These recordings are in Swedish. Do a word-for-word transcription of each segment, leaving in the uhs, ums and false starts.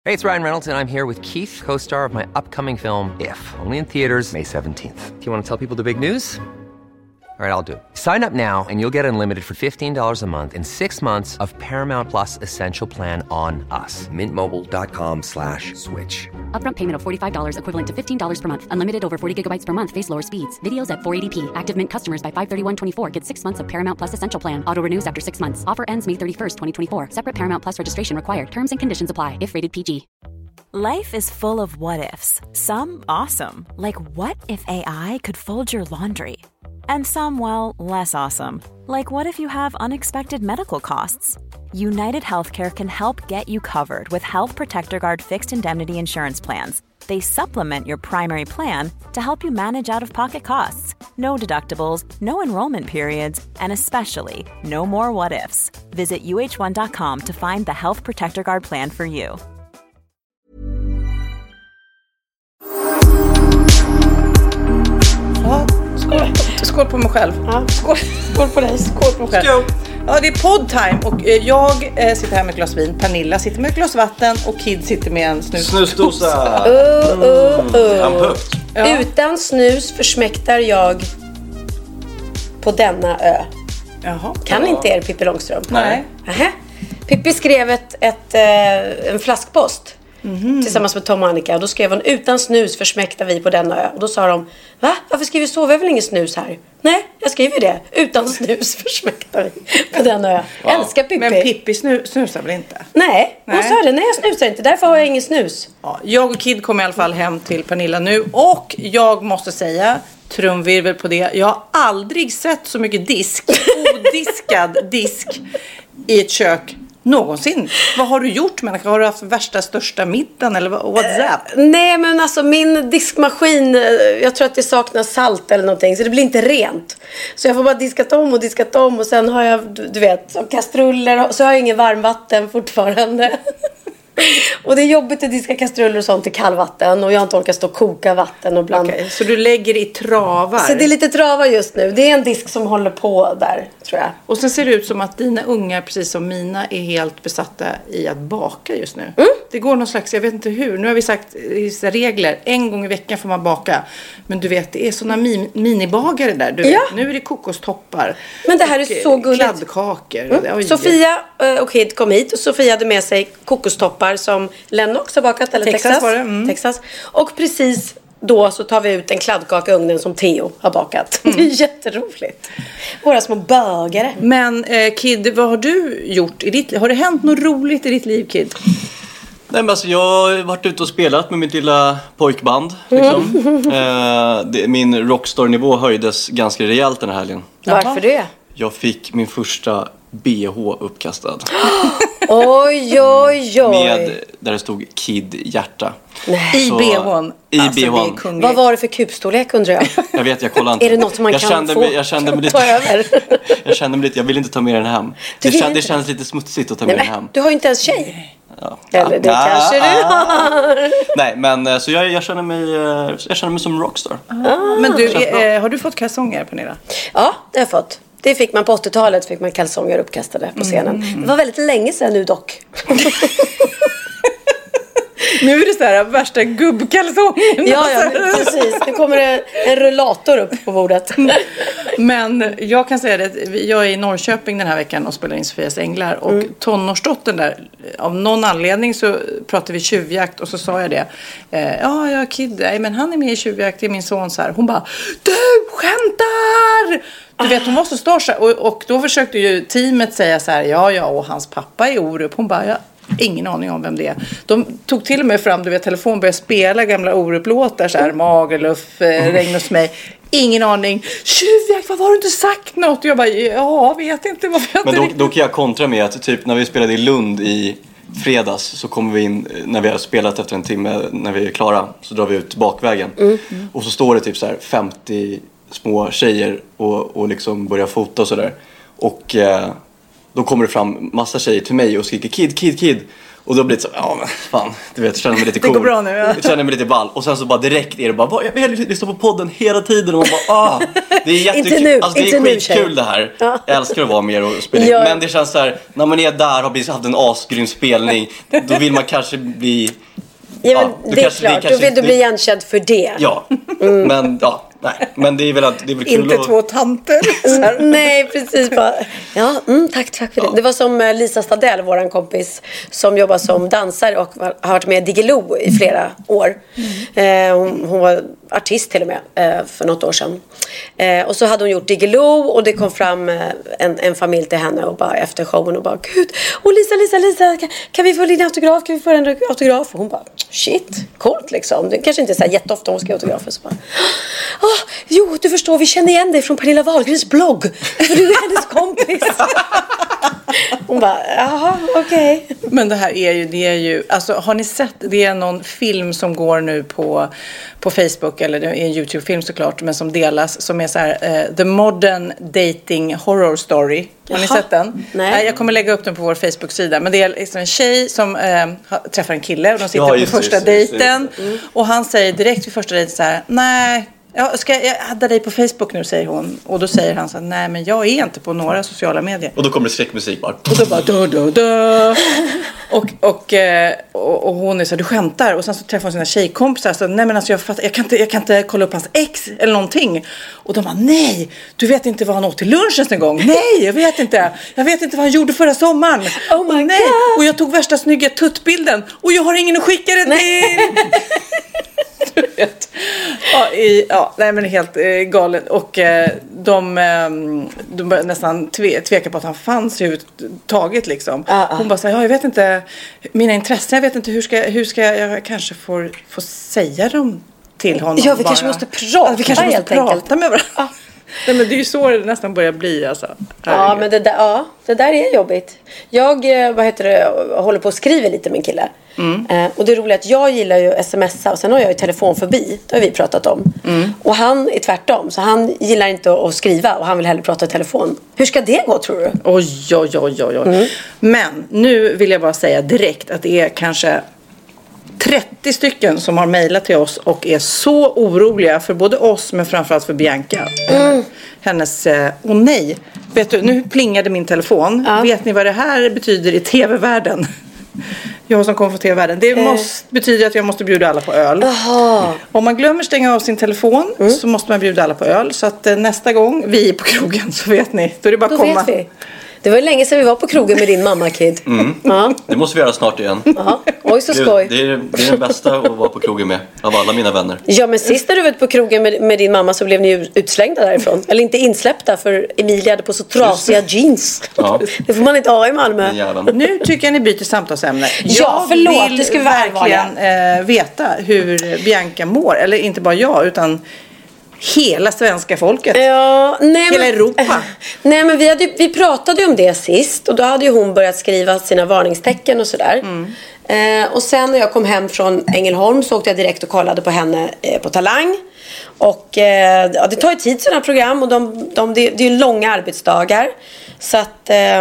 Hey, it's Ryan Reynolds, and I'm here with Keith, co-star of my upcoming film, If, only in theaters May seventeenth. Do you want to tell people the big news? All right, I'll do it. Sign up now and you'll get unlimited for fifteen dollars a month and six months of Paramount Plus Essential Plan on us. Mint Mobile dot com slash switch. Upfront payment of forty-five dollars equivalent to fifteen dollars per month. Unlimited over forty gigabytes per month. Face lower speeds. Videos at four eighty p. Active Mint customers by five thirty-one twenty-four get six months of Paramount Plus Essential Plan. Auto renews after six months. Offer ends May thirty-first, twenty twenty-four. Separate Paramount Plus registration required. Terms and conditions apply if rated P G. Life is full of what-ifs. Some awesome. Like what if A I could fold your laundry? And some, well, less awesome. Like what if you have unexpected medical costs? United Healthcare can help get you covered with Health Protector Guard fixed indemnity insurance plans. They supplement your primary plan to help you manage out-of-pocket costs. No deductibles, no enrollment periods, and especially no more what-ifs. Visit U H one dot com to find the Health Protector Guard plan for you. Ja, skål. Skål på mig själv. Ja, skål. Skål på dig. Skål på mig själv. Skål. Ja, det är poddtime och jag eh, sitter här med ett glas vin. Pernilla sitter med ett glas vatten och Kid sitter med en snus. Snusdosa. Uh, uh, uh. Mm. Ja. Utan snus försmäktar jag på denna ö. Jaha. Kan ja. Inte er Pippi Långstrump? Nej. Aha. Pippi skrev ett, ett, eh, en flaskpost. Mm-hmm. Tillsammans med Tom och Annika. Och då skrev hon: utan snus försmäktar vi på denna ö. Och då sa de: va? Varför skriver vi så? Vi har väl ingen snus här? Nej, jag skriver det. Utan snus försmäktar vi på denna ö. Wow. Älskar Pippi. Men Pippi snu, snusar väl inte? Nej, hon sa det. Nej, jag snusar inte. Därför har jag ingen snus. Ja, jag och Kid kommer i alla fall hem till Pernilla nu. Och jag måste säga, trumvirvel på det, jag har aldrig sett så mycket disk, odiskad disk i ett kök någonsin. Vad har du gjort, människa? Har du haft värsta största middagen eller what's up? Uh, nej, men alltså min diskmaskin, jag tror att det saknas salt eller någonting, så det blir inte rent. Så jag får bara diskat om och diskat om och sen har jag, du vet, som kastruller, så har jag ingen varmvatten fortfarande. Och det är jobbigt att diska kastruller och sånt i kallvatten. Och jag har inte orkat stå och koka vatten och blanda. Okay, så du lägger i travar? Så det är lite travar just nu. Det är en disk som håller på där, tror jag. Och sen ser det ut som att dina ungar, precis som mina, är helt besatta i att baka just nu. Mm. Det går någon slags, jag vet inte hur. Nu har vi sagt vissa regler. En gång i veckan får man baka. Men du vet, det är såna min- minibagare där. Du ja. vet, nu är det kokostoppar. Men det här är så gulligt. Kladdkakor. Mm. Sofia och Kid kom hit. Och Sofia hade med sig kokostoppar som Lennox har bakat, eller Texas. Texas var det. Mm. Texas. Och precis då så tar vi ut en kladdkaka i ugnen som Theo har bakat. Mm. Det är jätteroligt. Våra små bögare. Men eh, Kid, vad har du gjort i ditt liv? Har det hänt något roligt i ditt liv, Kid? Nej, men alltså, jag har varit ute och spelat med mitt lilla pojkband. Liksom. Mm. Eh, det, min rockstar-nivå höjdes ganska rejält den här helgen. Varför det? Jag fick min första B H uppkastad. Oj, oj, oj. Med, där det stod Kid hjärta. Nej. I B H:n. I alltså, B H:n. Vad var det för kubstorlek, undrar jag? Jag vet, jag kollar inte. Är det något som man jag kan kände få mig, jag kände mig lite, ta över? Jag kände mig lite, jag vill inte ta med den hem. Det, vill kän, inte. det känns lite smutsigt att ta Nej, med men, den hem. du har ju inte ens tjej. Ja. Eller det ja, kanske ja, du har. Nej, men så jag, jag, känner mig, jag känner mig som rockstar. Ah. Men du, är, har du fått kalsonger, Pernilla? Ja, det har jag fått. Det fick man på åttiotalet, fick man kalsonger uppkastade på scenen. Mm. Det var väldigt länge sedan nu dock. Nu är det så här värsta gubbkalsonger. Ja, ja, precis. Nu kommer det en rullator upp på bordet. Men jag kan säga det, jag är i Norrköping den här veckan och spelar in Sofias Änglar. Och mm. tonårsdottern där, av någon anledning så pratade vi tjuvjakt. Och så sa jag det. Eh, ja, jag Kid, nej, men han är med i tjuvjakt, det är min son så här. Hon bara, du skämtar! Du vet, hon var så stor så här, och, och då försökte ju teamet säga så här, ja, ja, och hans pappa är Orup. Hon bara, ja. Ingen aning om vem det är. De tog till och med fram, du vet, telefon, började spela gamla Orup-låtar så här, Magerluff, eh, Regn hos mig. Ingen aning. Tjuvjakt, vad var du inte sagt något? Och jag bara, ja, vet inte. Vad jag Men då, riktigt... då kan jag kontra med att typ när vi spelade i Lund i fredags så kommer vi in, när vi har spelat efter en timme, när vi är klara, så drar vi ut bakvägen. Mm. Mm. Och så står det typ så här femtio små tjejer och, och liksom börjar fota och sådär. Och... Eh, då kommer det fram massa tjejer till mig och skriker Kid, Kid, Kid. Och då blir det så, ja men fan, du vet, jag känner mig lite cool. Det går bra nu, ja. Jag känner mig lite ball. Och sen så bara direkt är det bara, jag vill lyssna på podden hela tiden. Och man bara, ah, det är jättekul. Inte nu, alltså, det inte är nu, skitkul tjej. det här. Ja. Jag älskar att vara med och spela. Ja. Men det känns så här, när man är där och har haft en asgrym spelning, då vill man kanske bli... Ja, men Ja, det är kanske, klart, kanske, då vill du bli igenkänd för det. Ja, mm. men ja, nej. Men det är väl, det är väl kul Inte att... två tanter. Mm, nej, precis. Bara, ja, mm, tack, tack för det. Det var som eh, Lisa Stadell, våran kompis, som jobbar som dansare och har varit med i Diggiloo i flera år. Mm. Eh, hon, hon var artist till och med eh, för något år sedan. Eh, och så hade hon gjort Diggiloo och det kom fram eh, en, en familj till henne och bara efter showen och bara, gud, och Lisa, Lisa, Lisa, kan, kan vi få din autograf? Kan vi få en autograf? Och hon bara, shit, coolt liksom. Det kanske inte är så här jätteofta hon ska autografer. Så bara, oh, jo, du förstår, vi känner igen dig från Pernilla Wahlgrens blogg. För du är hennes kompis. Hon bara, jaha, okej. Okay. Men det här är ju, det är ju, alltså har ni sett, det är någon film som går nu på, på Facebook, eller det är en YouTube-film såklart, men som delas, som är så här, uh, The Modern Dating Horror Story. Har ni Jaha. sett den? Nej. Jag kommer lägga upp den på vår Facebook-sida. Men det är liksom en tjej som eh, träffar en kille och de sitter Ja, på just första just, just, dejten. just, just. Och han säger direkt vid första dejten så här, nej, jag ska jag hade dig på Facebook nu, säger hon. Och då säger han så här, nej men jag är inte på några sociala medier. Och då kommer det skräckmusik bara. Och då bara dö, dö, dö. Och, och, och, och hon är så här, du skämtar. Och sen så träffar hon sina tjejkompisar. Så, nej men alltså jag, fattar, jag, kan inte, jag kan inte kolla upp hans ex eller någonting. Och de bara, nej, du vet inte vad han åt till lunch en gång. Nej, jag vet inte. Jag vet inte vad han gjorde förra sommaren. Oh my nej. God. Och jag tog värsta snygga tuttbilden. Och jag har ingen att skicka den till. Du vet. Ja, i, ja, nej men helt eh, galet. Och eh, de, eh, de började nästan tve, tveka på att han fanns överhuvudtaget liksom. Uh, uh. Hon bara sa, ja jag vet inte, mina intressen, jag vet inte hur ska, hur ska jag, jag kanske får, får säga dem till honom. Ja, vi bara. kanske måste prata, ja, vi kanske måste helt prata enkelt. med varandra. Ja. Nej, men det är ju så det nästan börjar bli alltså. Ja, men det där, ja, det där är jobbigt. Jag, eh, vad heter det, håller på att skriva lite med en kille. Mm. Eh, och det är roligt att jag gillar ju smsa och sen har jag ju telefon förbi. Det har vi pratat om. Mm. Och han är tvärtom. Så han gillar inte att skriva och han vill hellre prata i telefon. Hur ska det gå, tror du? Oj, oj, oj, oj. Mm. Men nu vill jag bara säga direkt att det är kanske trettio stycken som har mejlat till oss och är så oroliga för både oss men framförallt för Bianca. Mm. Hennes, åh oh nej, vet du, nu plingade min telefon. Ja. Vet ni vad det här betyder i tv-världen? Jag som kommer från tv-världen. Det måste, betyder att jag måste bjuda alla på öl. Aha. Om man glömmer stänga av sin telefon mm. så måste man bjuda alla på öl. Så att eh, nästa gång vi är på krogen så vet ni. Då är det bara att komma. Vet vi. Det var länge sedan vi var på krogen med din mamma, Kid. Mm. Ja. Det måste vi göra snart igen. Aha. Oj, så skoj. Det, det, är, det är det bästa att vara på krogen med, av alla mina vänner. Ja, men sist när du var på krogen med, med din mamma så blev ni ju utslängda därifrån. Eller inte insläppta, för Emilia hade på så trasiga jeans. Ja. Det får man inte ha i Malmö. Nu tycker jag ni byter samtalsämne. Ja, jag förlåt, vill det ska vi verkligen eh, veta hur Bianca mår. Eller inte bara jag, utan hela svenska folket. Ja, nej, hela men, Europa. Nej, men vi, hade, vi pratade ju om det sist. Och då hade ju hon börjat skriva sina varningstecken och sådär. Mm. Eh, och sen när jag kom hem från Ängelholm så åkte jag direkt och kollade på henne eh, på Talang. Och eh, ja, det tar ju tid sådana program. Och de, de, det, det är ju långa arbetsdagar. Så att eh,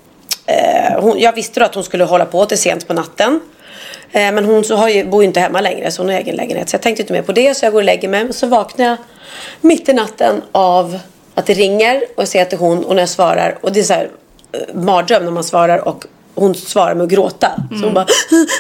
eh, hon, jag visste då att hon skulle hålla på till sent på natten. Eh, men hon så har ju, bor ju inte hemma längre, så hon har egen lägenhet. Så jag tänkte inte mer på det, så jag går och lägger mig. Och så vaknar jag mitt i natten av att det ringer och jag ser att det är hon. Och när jag svarar, och det är så här eh, mardröm när man svarar och hon svarar med att gråta. Mm. Så hon bara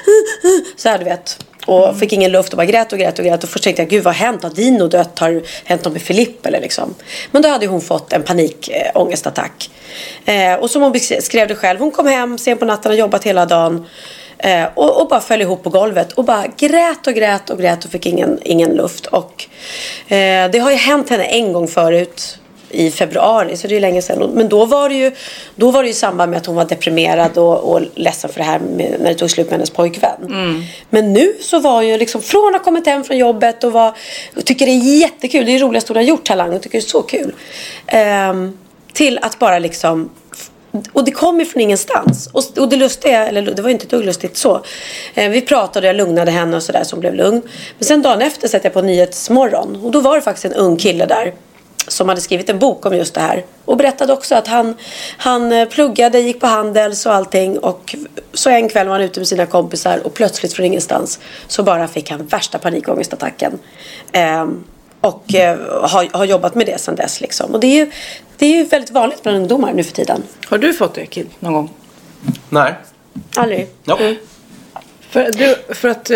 så här, du vet. Och mm. fick ingen luft och bara grät och grät och grät. Och först tänkte jag, gud vad har hänt? Har Dino dött? Har hänt något med Filip eller liksom? Men då hade hon fått en panikångestattack. Eh, och som hon skrev det själv, hon kom hem sen på natten och jobbat hela dagen. Eh, och, och bara föll ihop på golvet och bara grät och grät och grät och fick ingen, ingen luft. Och eh, det har ju hänt henne en gång förut i februari, så det är länge sedan. Men då var det ju, då var det ju i samband med att hon var deprimerad och, och ledsen för det här med, när det tog slut med hennes pojkvän. Mm. Men nu så var ju liksom från att ha kommit hem från jobbet och, var, och tycker det är jättekul, det är det roligaste hon har gjort, Talang, och tycker det är så kul. Ehm, till att bara liksom, och det kom ju från ingenstans. Och, och det lustiga, eller det var inte ett dugg lustigt så. Eh, vi pratade och jag lugnade henne och sådär, som blev lugn. Men sen dagen efter satt jag på Nyhetsmorgon. Och då var det faktiskt en ung kille där. som hade skrivit en bok om just det här. Och berättade också att han, han pluggade, gick på Handels och allting. Och så en kväll var han ute med sina kompisar och plötsligt från ingenstans så bara fick han värsta panikångestattacken. Ehm, och eh, har, har jobbat med det sedan dess liksom. Och det är ju, det är ju väldigt vanligt bland ungdomar nu för tiden. Har du fått det, Kid, någon gång? Nej. Aldrig? Ja. Mm. För, du, för att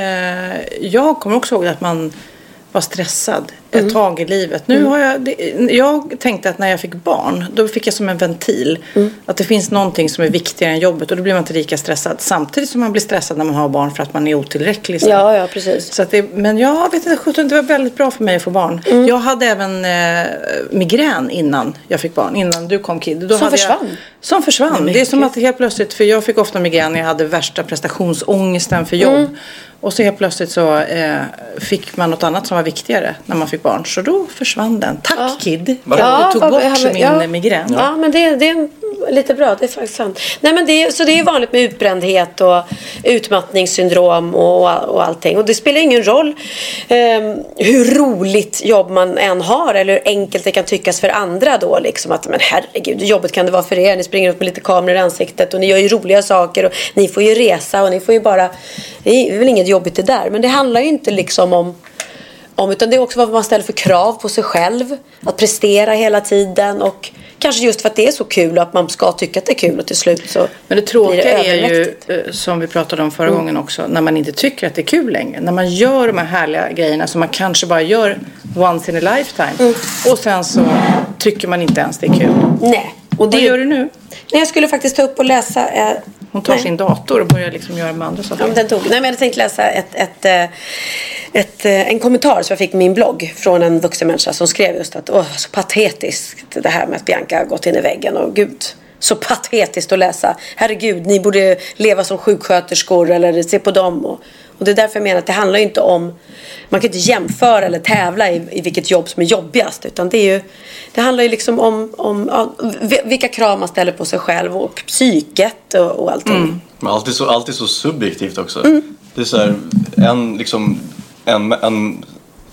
eh, jag kommer också ihåg att man var stressad ett mm. tag i livet. Nu mm. har jag, det, jag tänkte att när jag fick barn, då fick jag som en ventil. Mm. Att det finns någonting som är viktigare än jobbet och då blir man inte lika stressad. Samtidigt som man blir stressad när man har barn för att man är otillräcklig. Ja, ja, precis. Så att det, men jag vet inte, det var väldigt bra för mig att få barn. Mm. Jag hade även eh, migrän innan jag fick barn, innan du kom, Kid. Då som hade försvann? Jag, som försvann. Det är som att helt plötsligt, för jag fick ofta migrän när jag hade värsta prestationsångesten för jobb. Mm. Och så helt plötsligt så eh, fick man något annat som var viktigare när man fick barn. Så då försvann den. Tack, ja. Kid. Ja, du tog bort jag, min ja. migrän. Ja, ja men det, det är lite bra. Det är faktiskt sant. Nej, men det, så det är vanligt med utbrändhet och utmattningssyndrom och, och allting. Och det spelar ingen roll eh, hur roligt jobb man än har eller hur enkelt det kan tyckas för andra då. Liksom att, men herregud, jobbet kan det vara för er. Ni springer upp med lite kameror i ansiktet och ni gör ju roliga saker och ni får ju resa och ni får ju bara... Det är väl inget jobbigt det där. Men det handlar ju inte liksom om, om... Utan det är också vad man ställer för krav på sig själv. Att prestera hela tiden. Och kanske just för att det är så kul. Och att man ska tycka att det är kul. Och till slut så... Men det tråkiga det är ju, som vi pratade om förra mm. gången också. När man inte tycker att det är kul längre. När man gör de här härliga grejerna som man kanske bara gör once in a lifetime. Mm. Och sen så tycker man inte ens det är kul. Nej. Och det vad gör du nu? Nej, jag skulle faktiskt ta upp och läsa... Eh, Hon tar nej. sin dator och börjar liksom göra med andra saker. Ja, men den tog. Nej, men jag hade tänkt läsa ett, ett, ett, ett, en kommentar som jag fick i min blogg från en vuxen människa som skrev just att åh, så patetiskt det här med att Bianca har gått in i väggen och gud, så patetiskt att läsa. Herregud, ni borde leva som sjuksköterskor eller se på dem och, och det är därför jag menar att det handlar ju inte om, man kan inte jämföra eller tävla i, i vilket jobb som är jobbigast, utan det är ju, det handlar ju liksom om, om ja, vilka krav man ställer på sig själv och psyket och, och allting. Mm. Men alltid så, alltid så subjektivt också. Mm. Det är så här, en liksom, en, en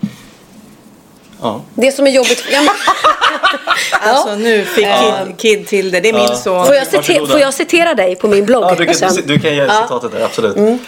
ja. Det som är jobbigt... Ja, men... Alltså nu fick Kid, Kid till det. Det är min ja. son. Får jag, citer- får jag citera dig på min blogg? Ja, du, kan, du, du kan ge ja. citatet där, absolut. Mm.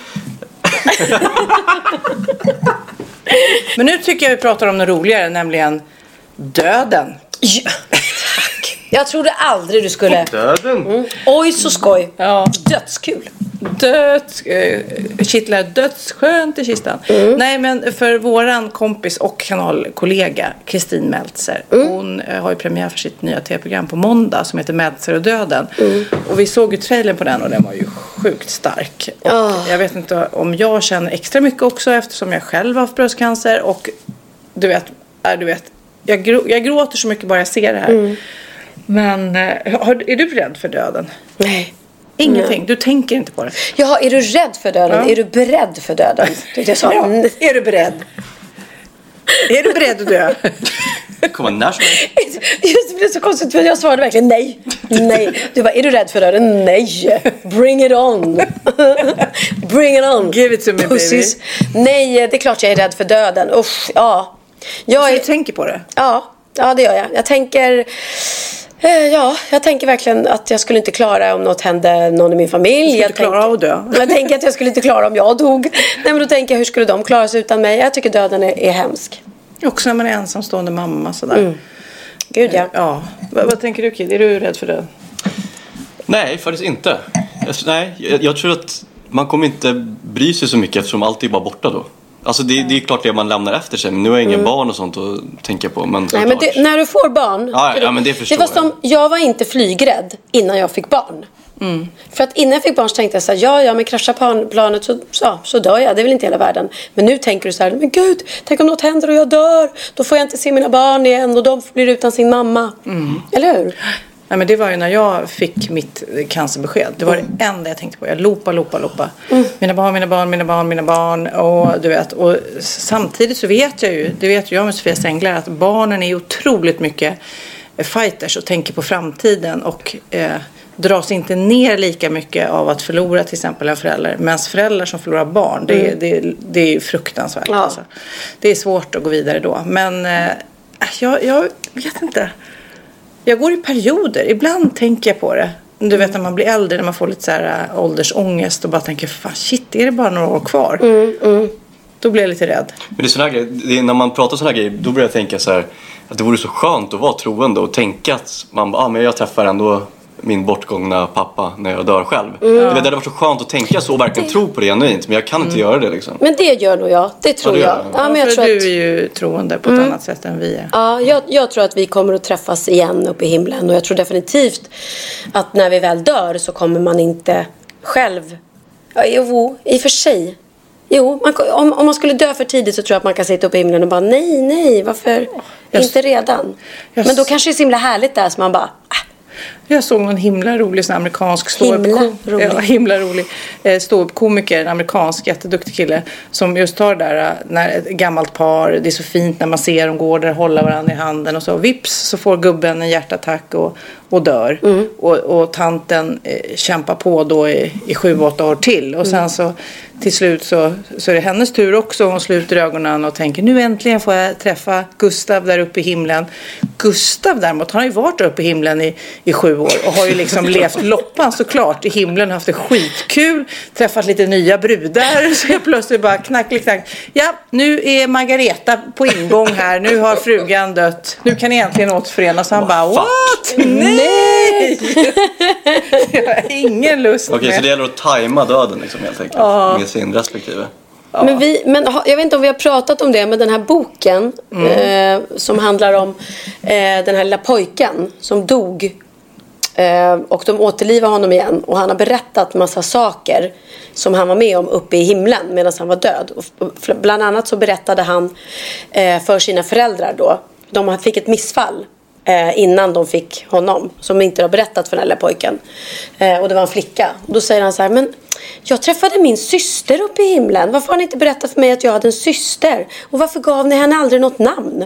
Men nu tycker jag vi pratar om något roligare, nämligen döden. Ja. Tack. Jag trodde aldrig du skulle... Döden. Mm. Oj, så skoj. Ja. Dödskul. Döds... Äh, kittlar dödsskönt i kistan. Mm. Nej, men för våran kompis och kanalkollega Kristin Meltzer. Mm. Hon äh, har ju premiär för sitt nya tv-program på måndag som heter Meltzer och döden. Mm. Och vi såg ju trailern på den och den var ju sjukt stark. Och oh. jag vet inte om jag känner extra mycket också eftersom jag själv har haft bröstcancer. Och du vet, äh, du vet jag, grå, jag gråter så mycket bara jag ser det här. Mm. Men äh, har, är du rädd för döden? Nej. Ingenting, du tänker inte på det. Ja, är du rädd för döden? Ja. Är du beredd för döden? Jag sa, ja, är du beredd? Är du beredd att dö? Kommer när som helst. Just det, blev så konstigt för jag svarade verkligen nej. Nej. Du bara, är du rädd för döden? Nej. Bring it on. Bring it on. Give it to me, Pussies. Baby. Nej, det är klart jag är rädd för döden. Usch, ja. Jag är... Du tänker på det? Ja, ja, det gör jag. Jag tänker... Ja, jag tänker verkligen att jag skulle inte klara om något hände någon i min familj. Du skulle jag inte klara av att dö. Jag tänker att jag skulle inte klara om jag dog. Nej, men då tänker jag, hur skulle de klara sig utan mig? Jag tycker döden är, är hemsk. Också när man är ensamstående mamma sådär. Mm. Gud, ja. Ja. Vad, vad tänker du, Kid? Är du rädd för det? Nej, faktiskt inte. Jag, nej, jag, jag tror att man kommer inte bry sig så mycket eftersom allt är bara borta då. Alltså det, det är klart det man lämnar efter sig. Men nu har jag ingen mm. barn och sånt att tänka på. Men nej, men det, när du får barn. Ja, ja, men det förstår det var som, jag var inte flygrädd innan jag fick barn. Mm. För att innan jag fick barn så tänkte jag så här, ja, ja, men kraschar planet så, så, så dör jag. Det är väl inte hela världen. Men nu tänker du så här, men gud, tänk om något händer och jag dör. Då får jag inte se mina barn igen och de blir utan sin mamma. Mm. Eller hur? Nej, men det var ju när jag fick mitt cancerbesked. Det var mm. det enda jag tänkte på. Jag lopa, lopa, lopa. Mm. Mina barn, mina barn, mina barn, mina barn. Och du vet, och samtidigt så vet jag ju, det vet jag med Sofias Änglar, att barnen är otroligt mycket fighters och tänker på framtiden och eh, dras inte ner lika mycket av att förlora till exempel en förälder. Men föräldrar som förlorar barn, det, mm. det, det är ju fruktansvärt. Ja. Alltså. Det är svårt att gå vidare då. Men eh, Jag, jag vet inte. Jag går i perioder. Ibland tänker jag på det. Du vet när man blir äldre, när man får lite så här äh, åldersångest och bara tänker, fan shit, är det bara några år kvar? Mm, mm. Då blir jag lite rädd. Men det är såna grejer, det är, när man pratar såna grejer, då börjar jag tänka så här, att det vore så skönt att vara troende och tänka att man bara, ah, men jag träffar ändå min bortgångna pappa när jag dör själv. Mm. Det hade varit så skönt att tänka så och verkligen det... tro på det genuint, men jag kan inte mm. göra det liksom. Men det gör nog jag, det tror ja, det jag. Ja, ja, men jag tror du att... är ju troende på ett mm. annat sätt än vi är. Ja, jag, jag tror att vi kommer att träffas igen uppe i himlen, och jag tror definitivt att när vi väl dör så kommer man inte själv, ja, jo, i och för sig. Jo, man, om, om man skulle dö för tidigt så tror jag att man kan sitta uppe i himlen och bara nej, nej, varför jag, inte redan? Jag, men då kanske det är så himla härligt där så man bara... Ah. Jag såg någon himla rolig sån amerikansk ståuppkomiker, ja, himla rolig eh, ståuppkomiker, en amerikansk jätteduktig kille som just tar det där när ett gammalt par, det är så fint när man ser dem gå där, hålla varandra i handen och så vips så får gubben en hjärtattack och, och dör mm. och, och tanten eh, kämpar på då i, i sju, åtta år till och sen så till slut så, så är det hennes tur också. Hon sluter ögonen och tänker, nu äntligen får jag träffa Gustav där uppe i himlen. Gustav däremot, han har ju varit där uppe i himlen i, i sju år och har ju liksom levt loppan såklart i himlen, haft det skitkul, träffat lite nya brudar, så jag plötsligt bara knack, knack. Ja, nu är Margareta på ingång här, nu har frugan dött, nu kan ni äntligen återförenas. Han bara, what? Nej! Jag har ingen lust. Okej, med. Så det gäller att tajma döden liksom, helt enkelt, ja. Med sin respektive. Ja. Men, vi, men jag vet inte om vi har pratat om det, men den här boken mm. eh, som handlar om eh, den här lilla pojken som dog eh, och de återlivar honom igen och han har berättat massa saker som han var med om uppe i himlen medan han var död. Och bland annat så berättade han eh, för sina föräldrar då, de fick ett missfall eh, innan de fick honom som inte har berättat för den här lilla pojken eh, och det var en flicka. Och då säger han så här, men jag träffade min syster uppe i himlen. Varför har ni inte berättat för mig att jag hade en syster? Och varför gav ni henne aldrig något namn?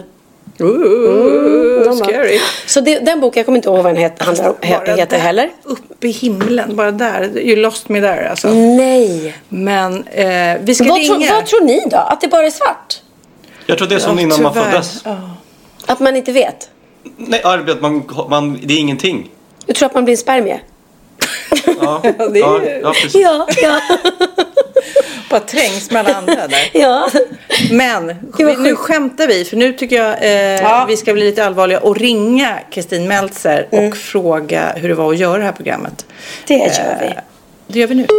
Ooh, mm, scary. Så det, den boken, jag kommer inte ihåg vad den heter, handlar, heter där, heller. Uppe i himlen, bara där. You lost me there alltså. Nej. Men eh, vi ska vad ringa. Tro, vad tror ni då? Att det bara är svart? Jag tror det är som ja, innan tyvärr. Man föddes. Oh. Att man inte vet? Nej, arbet, man, man, det är ingenting. Du tror att man blir en spermie? Ja, ja, det är... ja, ja, precis. Ja, ja. Bara trängs mellan andra där. Ja. Men nu skämtar vi, för nu tycker jag eh, ja. vi ska bli lite allvarliga och ringa Kristin Meltzer och mm. fråga hur det var att göra det här programmet. Det gör vi. Eh, det gör vi nu.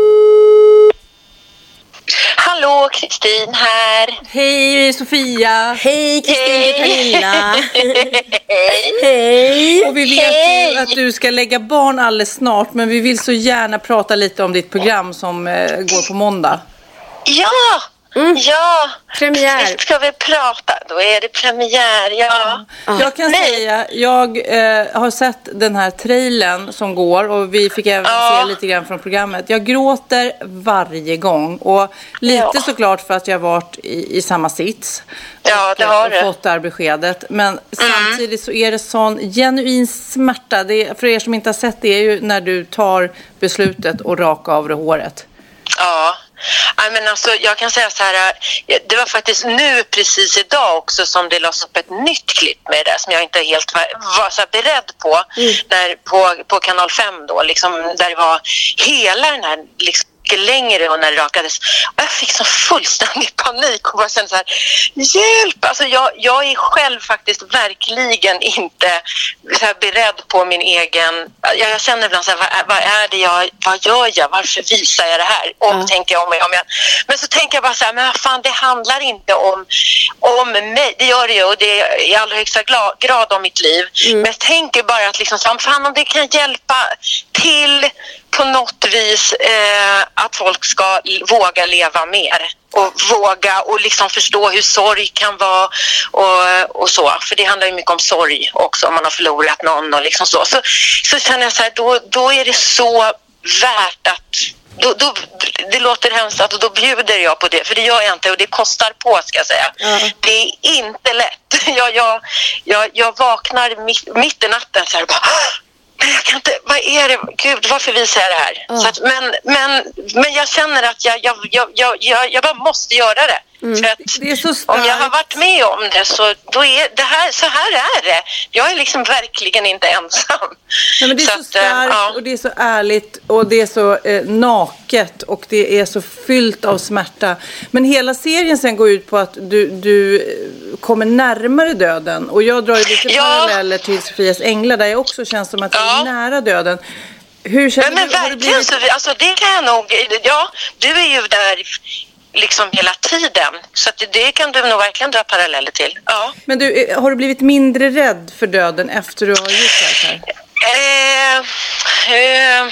Hallå, Kristin här. Hej, Sofia. Hej, Kristin Pernilla. Hej. Hej. Och vi vet Hej. ju att du ska lägga barn alldeles snart, men vi vill så gärna prata lite om ditt program som eh, går på måndag. Ja, mm. ja. Premiär. Visst ska vi prata, då är det premiär, ja. Mm. Jag kan Nej. säga, jag eh, har sett den här trailern som går och vi fick även ja. se lite grann från programmet. Jag gråter varje gång och lite ja. såklart för att jag har varit i, i samma sits. Ja, och, det har och du. fått det här beskedet. Men mm. samtidigt så är det sån genuin smärta. Det, för er som inte har sett det är ju när du tar beslutet och raka av det håret. Ja. Ja, men alltså, jag kan säga så här, det var faktiskt nu precis idag också som det lades upp ett nytt klipp med det som jag inte helt var, var så beredd på, mm. när, på på kanal fem då, liksom, där det var hela den här liksom, längre och när det rakades. Och jag fick så fullständig panik och bara kände så här, hjälp! Alltså jag, jag är själv faktiskt verkligen inte så här beredd på min egen... Jag, jag känner ibland så här, vad, vad är det jag... Vad gör jag? Varför visar jag det här? Och ja. tänker jag om mig, om jag... Men så tänker jag bara så här, men fan, det handlar inte om, om mig. Det gör det ju och det är i allra högsta grad om mitt liv. Mm. Men jag tänker bara att liksom, fan, om det kan hjälpa till... på något vis eh, att folk ska våga leva mer och våga och liksom förstå hur sorg kan vara och, och så, för det handlar ju mycket om sorg också om man har förlorat någon och liksom så, så, så känner jag så här, då, då är det så värt att Då, då, det låter hemskt att då bjuder jag på det, för det gör jag inte och det kostar på, ska jag säga. Mm. Det är inte lätt. Jag, jag, jag, jag vaknar mitt, mitt i natten så här bara, Men jag kan inte, vad är det? Gud, varför visar jag det här? Oh. Så att, men, men, men jag känner att jag, jag, jag, jag, jag, jag bara måste göra det. Mm. För att det är så om jag har varit med om det så då är det här, så här är det. Jag är liksom verkligen inte ensam. Nej, men det är så, så att, starkt ja. och det är så ärligt och det är så eh, naket och det är så fyllt av smärta. Men hela serien sen går ut på att du, du kommer närmare döden. Och jag drar ju lite ja. paralleller till Sofias Änglar där jag också känns som att jag är ja. nära döden. Hur känner men, men du? Har du blivit... så, alltså det kan jag nog, ja, du är ju där liksom hela tiden. Så att det, det kan du nog verkligen dra paralleller till. Ja. Men du, har du blivit mindre rädd för döden efter du har gjort det här? Eh, eh,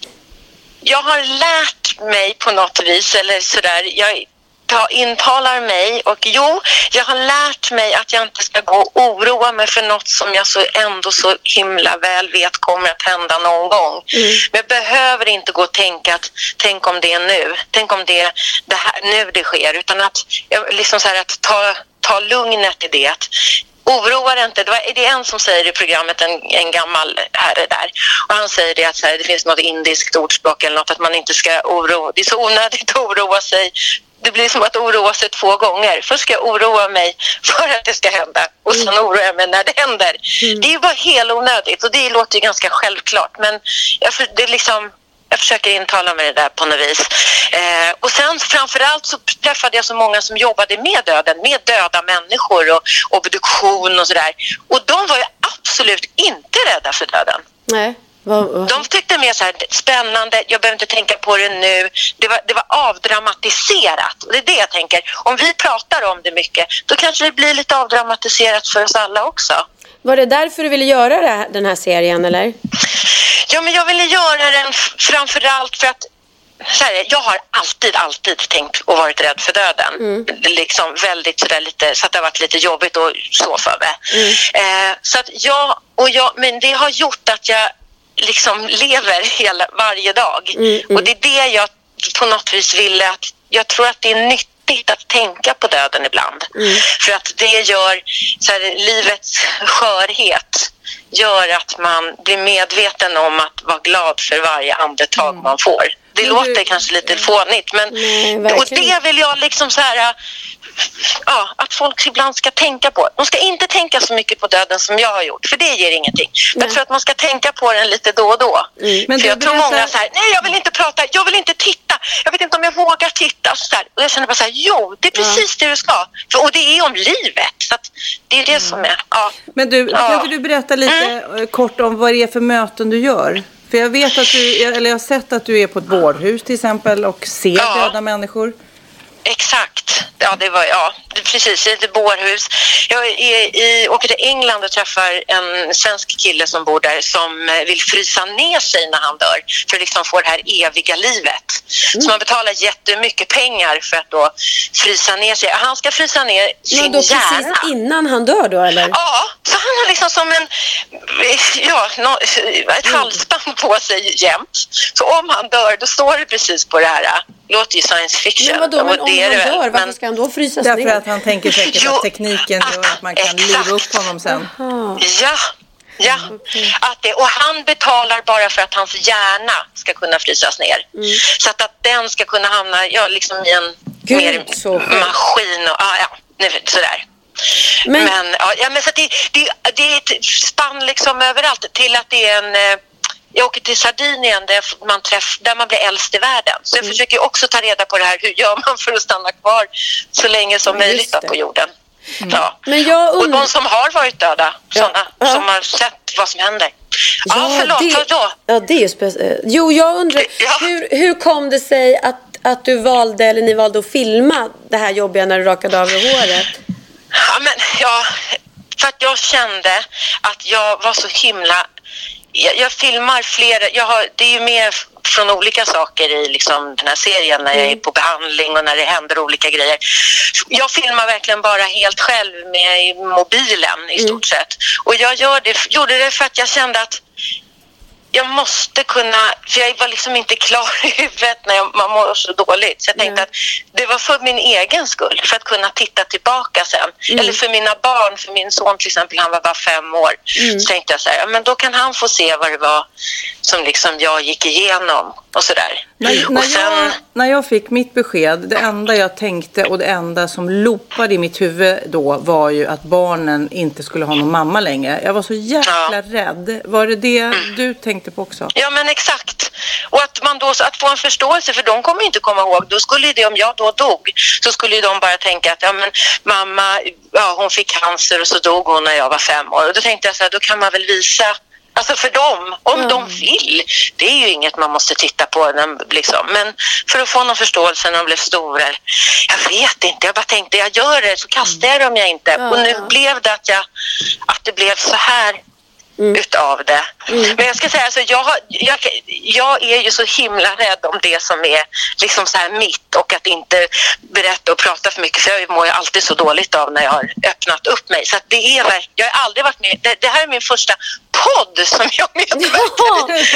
jag har lärt mig på något vis, eller sådär, jag intalar mig och jo, jag har lärt mig att jag inte ska gå och oroa mig för något som jag så ändå så himla väl vet kommer att hända någon gång. Mm. Men jag behöver inte gå och tänka att tänk om det är nu, tänk om det är det här, nu det sker, utan att jag, liksom så här, att ta, ta lugnet i det. Att, oroa dig inte. Det, var, det är en som säger i programmet, en, en gammal herre där. Och han säger det att så här, det finns något indiskt ordspråk eller något att man inte ska oroa. Det är så onödigt att oroa sig. Det blir som att oroa sig två gånger. Först ska jag oroa mig för att det ska hända. Och sen oroar jag mig när det händer. Mm. Det är ju bara helt onödigt. Och det låter ju ganska självklart. Men jag, för, det är liksom, jag försöker intala mig det där på något vis. Eh, och sen framförallt så träffade jag så många som jobbade med döden. Med döda människor och obduktion och sådär. Och de var ju absolut inte rädda för döden. Nej. De tyckte mer så här, spännande, jag behöver inte tänka på det nu. Det var, det var avdramatiserat. Och det är det jag tänker. Om vi pratar om det mycket, då kanske det blir lite avdramatiserat för oss alla också. Var det därför du ville göra det här, den här serien, eller? Ja, men jag ville göra den framförallt för att så här, jag har alltid, alltid tänkt och varit rädd för döden. Mm. Liksom väldigt sådär lite, så att det har varit lite jobbigt och så för mig. Mm. Eh, så att jag, och jag, men det har gjort att jag liksom lever hela, varje dag. Mm, mm. Och det är det jag på något vis ville att, jag tror att det är nyttigt att tänka på döden ibland. Mm. För att det gör så här, livets skörhet gör att man blir medveten om att vara glad för varje andetag mm. man får. Det men låter du... kanske lite fånigt, men nej, och det vill jag liksom så här, ja, att folk ibland ska tänka på. De ska inte tänka så mycket på döden som jag har gjort, för det ger ingenting. Nej. Jag tror att man ska tänka på den lite då och då. Mm. Men för jag tror många så här, nej jag vill inte prata, jag vill inte titta, jag vet inte om jag vågar titta. Så här. Och jag känner bara så här, jo, det är precis ja. det du ska. För, och det är om livet, så att det är det mm. som är. Ja. Men du, ja. kan du berätta lite mm. kort om vad det är för möten du gör? För jag vet att du, eller jag har sett att du är på ett vårdhus till exempel och ser ja. döda människor. Exakt. Ja, det var ja, precis i ett bårhus. Jag är i, åker till England och träffar en svensk kille som bor där som vill frysa ner sig när han dör för att liksom få det här eviga livet. Mm. Så man betalar jättemycket pengar för att då frysa ner sig. Han ska frysa ner sin men då hjärna. Precis innan han dör då, eller? Ja, så han har liksom som en ja, no, ett mm. halsband på sig jämt. Så om han dör, då står det precis på det här. Det låter ju science fiction. Men vadå, men om det han är dör, väl, varför men... ska han då frysas Därför ner? Därför att han tänker säkert jo, att tekniken gör att man kan exakt. liva upp honom sen. Aha. Ja, ja. Mm, okay. Att det, och han betalar bara för att hans hjärna ska kunna frysas ner. Mm. Så att, att den ska kunna hamna ja, liksom i en Gud, mer så maskin och ah, ja, sådär. Men, men, ja, men så att det, det, det är ett spann liksom överallt till att det är en... Jag åker till Sardinien där man, träff, där man blir äldst i världen. Så jag mm. försöker också ta reda på det här. Hur gör man för att stanna kvar så länge som ja, möjligt på jorden? Mm. Ja. Men jag und- och de som har varit döda. Ja. Sådana ja. som har sett vad som händer. Ja, ja förlåt. Det, vadå? Ja, det är ju speciellt. Jo, jag undrar. Ja. Hur, hur kom det sig att, att du valde, eller ni valde att filma det här jobbiga när du rakade av dig håret? Ja, men ja. För att jag kände att jag var så himla... Jag, jag filmar flera, jag har, det är ju mer från olika saker i liksom den här serien när jag är på behandling och när det händer olika grejer. Jag filmar verkligen bara helt själv med mobilen i stort mm. sett. Och jag gör det, gjorde det för att jag kände att jag måste kunna, för jag var liksom inte klar i huvudet när jag, man mår så dåligt. Så jag tänkte mm. att det var för min egen skull, för att kunna titta tillbaka sen. Mm. Eller för mina barn, för min son till exempel, han var bara fem år. Mm. Så tänkte jag så här, ja, men då kan han få se vad det var som liksom jag gick igenom och sådär. När, när, sen... jag, när jag fick mitt besked, det enda jag tänkte och det enda som loopade i mitt huvud då var ju att barnen inte skulle ha någon mamma längre. Jag var så jäkla ja. rädd. Var det det mm. du tänkte på också? Ja, men exakt. Och att man då, att få en förståelse, för de kommer ju inte komma ihåg. Då skulle ju det, om jag då dog, så skulle ju de bara tänka att ja, men mamma, ja, hon fick cancer och så dog hon när jag var fem år. Och då tänkte jag så här, då kan man väl visa... Alltså för dem, om mm. de vill. Det är ju inget man måste titta på. Liksom. Men för att få någon förståelse när de blev stora. Jag vet inte, jag bara tänkte jag gör det så kastar jag dem jag inte. Mm. Och nu blev det att, jag, att det blev så här mm. utav det. Mm. Men jag ska säga, alltså, jag, jag, jag är ju så himla rädd om det som är liksom så här mitt. Och att inte berätta och prata för mycket. För jag mår ju alltid så dåligt av när jag har öppnat upp mig. Så att det är verkligen, jag har aldrig varit med. Det, det här är min första podd som jag medverkar i.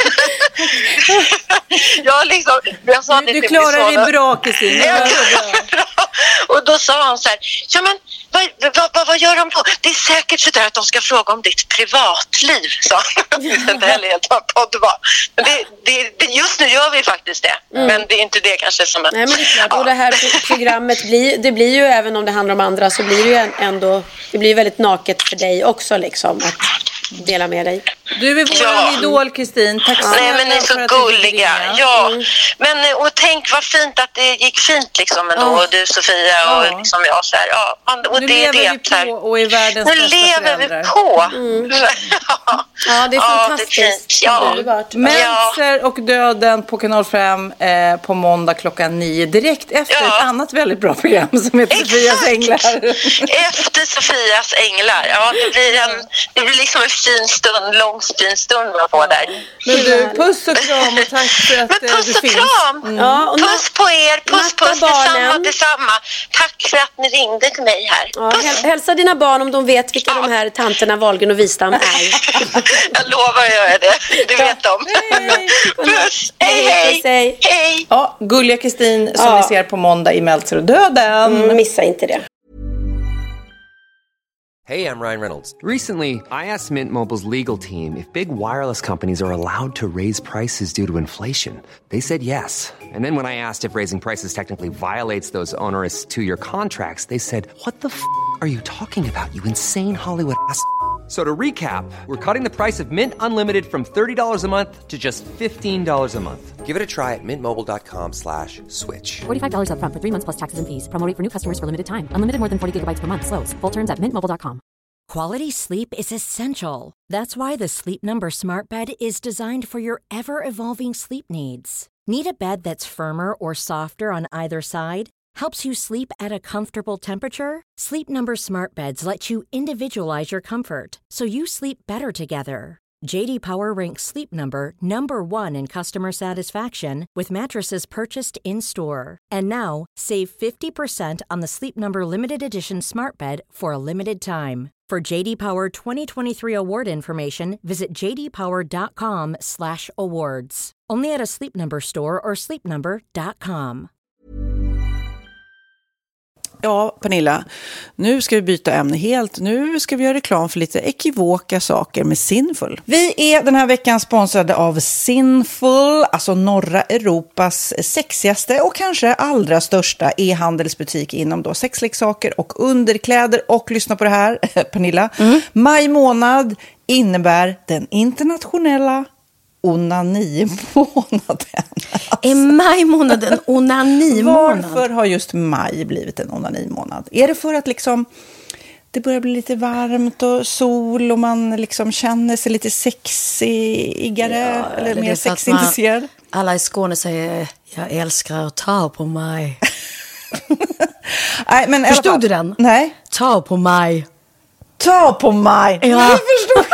jag liksom, jag sa du du klarar dig bra, Kristin. Och då sa han så här, ja men vad, vad, vad, vad gör de då? Det är säkert så där att de ska fråga om ditt privatliv, sa han. Det är helt vad podd var. Men det, det, det, just nu gör vi faktiskt det. Mm. Men det är inte det kanske som en... Nej, men det är klart. Ja. Och det här programmet blir, det blir ju, även om det handlar om andra, så blir det ju ändå, det blir väldigt naket för dig också liksom, att dela med dig. Du är vår ja. idol, Kristin. Tack så mycket. Nej, men ni är så gulliga. Ja. Mm. Men och tänk vad fint att det gick fint liksom ändå. Oh. Och du, Sofia, och oh. liksom jag så här. Ja, och nu det lever det, vi på och är världens bästa föräldrar. Nu lever vi på. Mm. Ja, det är fantastiskt. Ja, det ja. Meltzer och döden på Kanal fem eh, på måndag klockan nio. Direkt efter ja. ett annat väldigt bra program som heter Exakt. Sofias änglar. Efter Sofias änglar. Ja, det blir en, det blir liksom en fin stund, lång fin stund man får där. Men du, puss och kram och tack för att Men puss du och finns. Kram. Mm. Ja, och puss på er, puss, puss, detsamma, detsamma. Tack för att ni ringde till mig här. Ja, häl- hälsa dina barn om de vet vilka ja. de här tanterna Wahlgren och Wistam är. Jag lovar att göra det, det vet de. Hej. Puss, hej, hej, hej. Hej. Ja, gulliga Kristin som ja. ni ser på måndag i Meltzer och döden. Mm, missa inte det. Hey, I'm Ryan Reynolds. Recently, I asked Mint Mobile's legal team if big wireless companies are allowed to raise prices due to inflation. They said yes. And then when I asked if raising prices technically violates those onerous two-year contracts, they said, what the f*** are you talking about, you insane Hollywood ass f- So to recap, we're cutting the price of Mint Unlimited from thirty dollars a month to just fifteen dollars a month. Give it a try at mintmobile.com slash switch. forty-five dollars up front for three months plus taxes and fees. Promo rate for new customers for limited time. Unlimited more than forty gigabytes per month. Slows full terms at mint mobile dot com. Quality sleep is essential. That's why the Sleep Number Smart Bed is designed for your ever-evolving sleep needs. Need a bed that's firmer or softer on either side? Helps you sleep at a comfortable temperature? Sleep Number Smart Beds let you individualize your comfort, so you sleep better together. J D Power ranks Sleep Number number one in customer satisfaction with mattresses purchased in-store. And now, save fifty percent on the Sleep Number Limited Edition Smart Bed for a limited time. For J D Power twenty twenty-three award information, visit j d power dot com slash awards. Only at a Sleep Number store or sleep number dot com. Ja, Pernilla, nu ska vi byta ämne helt. Nu ska vi göra reklam för lite ekivoka saker med Sinful. Vi är den här veckan sponsrade av Sinful, alltså norra Europas sexigaste och kanske allra största e-handelsbutik inom då sexleksaker och underkläder. Och lyssna på det här, Pernilla. Mm. Maj månad innebär den internationella onani-månaden. Alltså. Är maj månaden onani-månad? Varför har just maj blivit en onani-månad? Är det för att liksom det börjar bli lite varmt och sol och man liksom känner sig lite sexigare ja, eller, eller mer sexintresserad? Alla i Skåne säger jag älskar att ta på mig. Nej, men förstod du den? Nej. Ta på mig. Ta på mig. Ja. Jag förstod.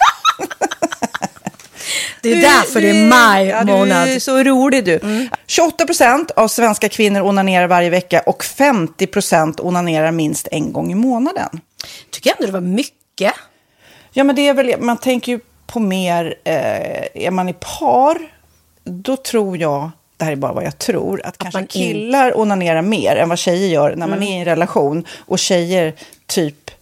Det är du, därför det är maj ja, månad. Du är så rolig du. Mm. tjugoåtta procent av svenska kvinnor onanerar varje vecka och femtio procent onanerar minst en gång i månaden. Tycker jag ändå det var mycket. Ja, men det är väl, man tänker ju på mer, eh, är man i par, då tror jag, det här är bara vad jag tror, att, att kanske killar in... onanerar mer än vad tjejer gör när mm. man är i en relation. Och tjejer typ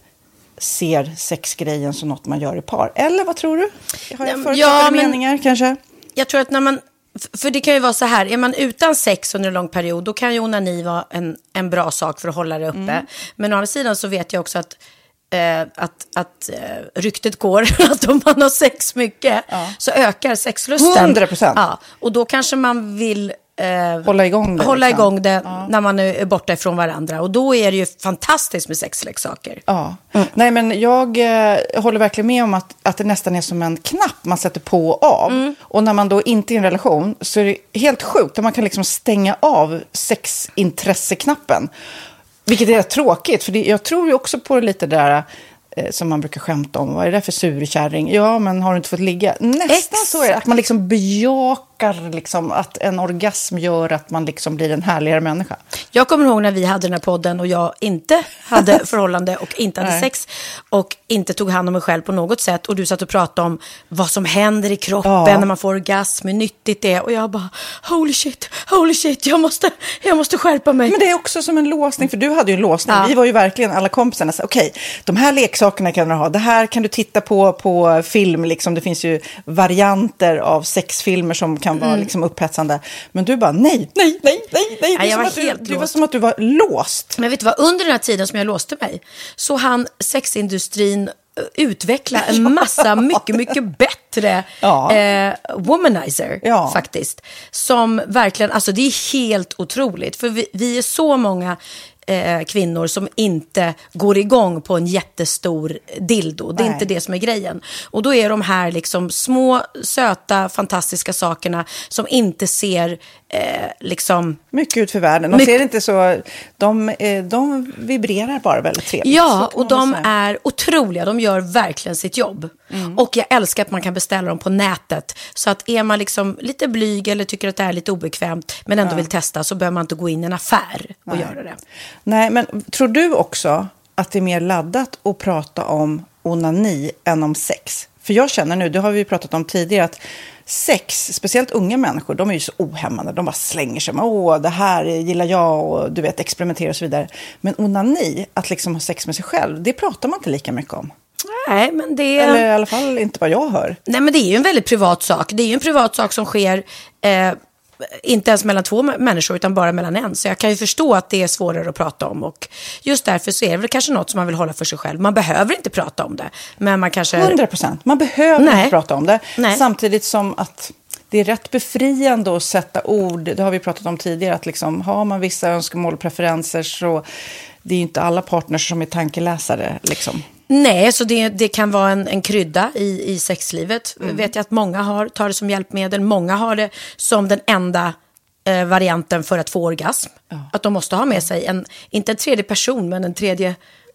ser sexgrejen som något man gör i par. Eller vad tror du? Har jag förutsatta ja, meningar kanske? Jag tror att när man, för det kan ju vara så här, är man utan sex under en lång period, då kan ju onani vara en, en bra sak för att hålla det uppe. Mm. Men å andra sidan så vet jag också att Eh, att, att eh, ryktet går att om man har sex mycket ja. så ökar sexlusten. hundra procent. Ja, och då kanske man vill eh, hålla igång det, hålla liksom. igång det ja. när man är borta ifrån varandra. Och då är det ju fantastiskt med sexleksaker. Ja. Mm. Nej, men jag eh, håller verkligen med om att, att det nästan är som en knapp man sätter på och av. Mm. Och när man då inte är i en relation så är det helt sjukt att man kan liksom stänga av sexintresseknappen. Vilket är tråkigt, för det, jag tror ju också på lite där eh, som man brukar skämta om. Vad är det för surkärring? Ja, men har du inte fått ligga? Nästan Exakt. Så är det. Att man liksom bejakar liksom, att en orgasm gör att man liksom blir en härligare människa. Jag kommer ihåg när vi hade den här podden och jag inte hade förhållande och inte hade sex och inte tog hand om mig själv på något sätt. Och du satt och pratade om vad som händer i kroppen ja. när man får orgasm, hur nyttigt det är. Och jag bara, holy shit, holy shit, jag måste, jag måste skärpa mig. Men det är också som en låsning, för du hade ju en låsning. Ja. Vi var ju verkligen alla kompisarna. Okej, okay, de här leksakerna kan du ha. Det här kan du titta på på film. Liksom. Det finns ju varianter av sexfilmer som kan vara mm. liksom upphetsande. Men du bara, nej, nej, nej, nej, nej. Ja, jag var du, helt det var som att du var låst. Men vet du vad, under den här tiden som jag låste mig så han sexindustrin utveckla en massa mycket, mycket bättre ja. eh, womanizer ja. faktiskt. Som verkligen, alltså det är helt otroligt. För vi, vi är så många eh, kvinnor som inte går igång på en jättestor dildo. Det är Nej. inte det som är grejen. Och då är de här liksom små, söta, fantastiska sakerna som inte ser eh, liksom... mycket ut för världen. De mycket... ser inte så... De, eh, de vibrerar bara väldigt trevligt. Ja, och de är otroliga. De gör verkligen sitt jobb. Mm. Och jag älskar att man kan beställa dem på nätet. Så att är man liksom lite blyg eller tycker att det är lite obekvämt men ändå ja. vill testa, så behöver man inte gå in i en affär och Nej. göra det. Nej, men tror du också att det är mer laddat att prata om onani än om sex? För jag känner nu, det har vi ju pratat om tidigare, att sex, speciellt unga människor, de är ju så ohämmande. De bara slänger sig med, åh, det här gillar jag och du vet, experimentera och så vidare. Men onani, att liksom ha sex med sig själv, det pratar man inte lika mycket om. Nej, men det... Eller i alla fall inte vad jag hör. Nej, men det är ju en väldigt privat sak. Det är ju en privat sak som sker... Eh... inte ens mellan två människor utan bara mellan en. Så jag kan ju förstå att det är svårare att prata om. Och just därför så är det väl kanske något som man vill hålla för sig själv. Man behöver inte prata om det. Men man kanske... hundra procent. Man behöver Nej. inte prata om det. Nej. Samtidigt som att det är rätt befriande att sätta ord. Det har vi pratat om tidigare. Att liksom, har man vissa önskemål och preferenser så det är ju inte alla partners som är tankeläsare liksom. Nej, så det, det kan vara en, en krydda i, i sexlivet. Mm. Vet jag att många har, tar det som hjälpmedel. Många har det som den enda eh, varianten för att få orgasm. Ja. Att de måste ha med sig, en, inte en tredje person, men en tredje...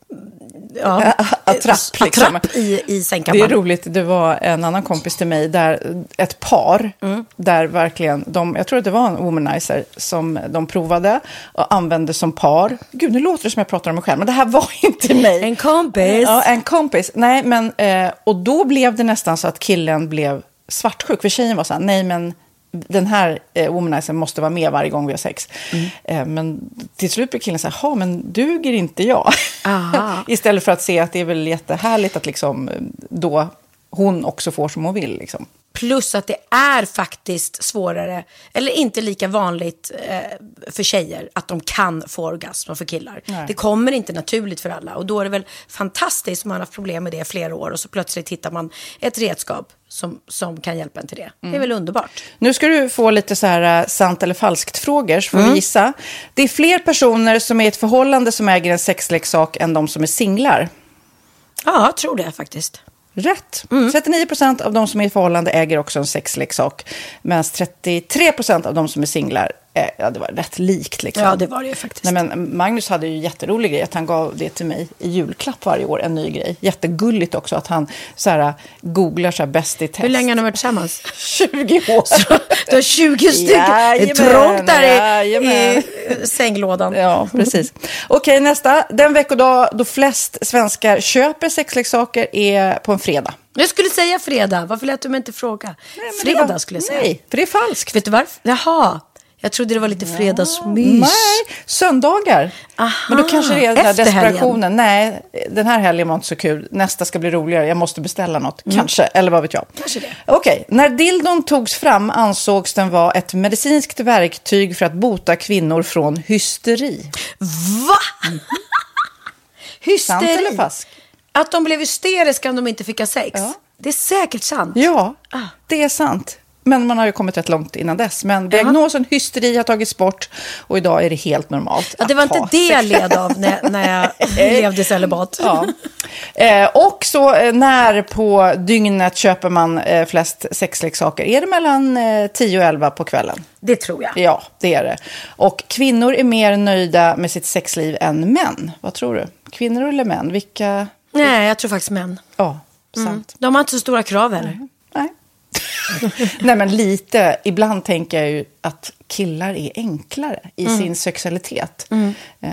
Ja, attrapp, liksom. attrapp i, i sängkammaren. Det är roligt, det var en annan kompis till mig där ett par mm. där verkligen de, jag tror att det var en womanizer som de provade och använde som par. Gud, nu låter det som jag pratar om mig själv, men det här var inte mig. En kompis. Ja, en kompis. Nej, men eh, och då blev det nästan så att killen blev svartsjuk, för tjejen var så här, nej men den här eh, womanizern måste vara med varje gång vi har sex. Mm. Eh, men till slut blir killen så här, ja men duger inte jag? Istället för att se att det är väl jättehärligt att liksom då hon också får som hon vill liksom. Plus att det är faktiskt svårare, eller inte lika vanligt eh, för tjejer att de kan få orgasm för killar. Nej. Det kommer inte naturligt för alla. Och då är det väl fantastiskt om man har haft problem med det i flera år och så plötsligt hittar man ett redskap som, som kan hjälpa en till det. Mm. Det är väl underbart. Nu ska du få lite så här sant eller falskt frågor, så får mm. vi gissa. Det är fler personer som är i ett förhållande som äger en sexleksak än de som är singlar. Ja, jag tror det faktiskt. Rätt. Mm. trettionio procent av de som är i förhållande äger också en sexleksak. Medan trettiotre procent av de som är singlar Eh, ja, det var rätt likt liksom. Ja, det var det ju faktiskt. Nej, men Magnus hade ju jätterolig grej att han gav det till mig i julklapp varje år, en ny grej. Jättegulligt också att han så här, googlar så här bäst i test. Hur länge har ni varit tillsammans? tjugo år. Så, du har tjugo stycken. Det är trångt där i, i sänglådan. Ja, precis. Okej, nästa. Den veckodag då flest svenskar köper sexleksaker är på en fredag. Jag skulle säga fredag. Varför lät du mig inte fråga? Nej, fredag var, skulle jag säga. Nej, för det är falskt. Vet du varför? Jaha. Jag trodde det var lite fredagsmys. Nej, söndagar. Aha, men då kanske det är den här desperationen. Helgen. Nej, den här helgen var inte så kul. Nästa ska bli roligare. Jag måste beställa något. Mm. Kanske, eller vad vet jag. Kanske det. Okej, när dildon togs fram ansågs den vara ett medicinskt verktyg för att bota kvinnor från hysteri. Va? Hysteri? Sant eller falskt? Att de blev hysteriska om de inte fick ha sex. Ja. Det är säkert sant. Ja, ah. det är sant. Men man har ju kommit rätt långt innan dess. Men diagnosen hysteri har tagits bort och idag är det helt normalt. Ja, det var inte det jag led av när, när jag levde celibat. Ja. Eh, och så eh, när på dygnet köper man eh, flest sexleksaker? Är det mellan eh, tio och elva på kvällen? Det tror jag. Ja, det är det. Och kvinnor är mer nöjda med sitt sexliv än män. Vad tror du? Kvinnor eller män? Vilka? Nej, jag tror faktiskt män. Ja, sant. Mm. De har inte så stora krav heller. Mm. Nej. Nej, men lite. Ibland tänker jag ju att killar är enklare i mm. sin sexualitet. Mm. Uh,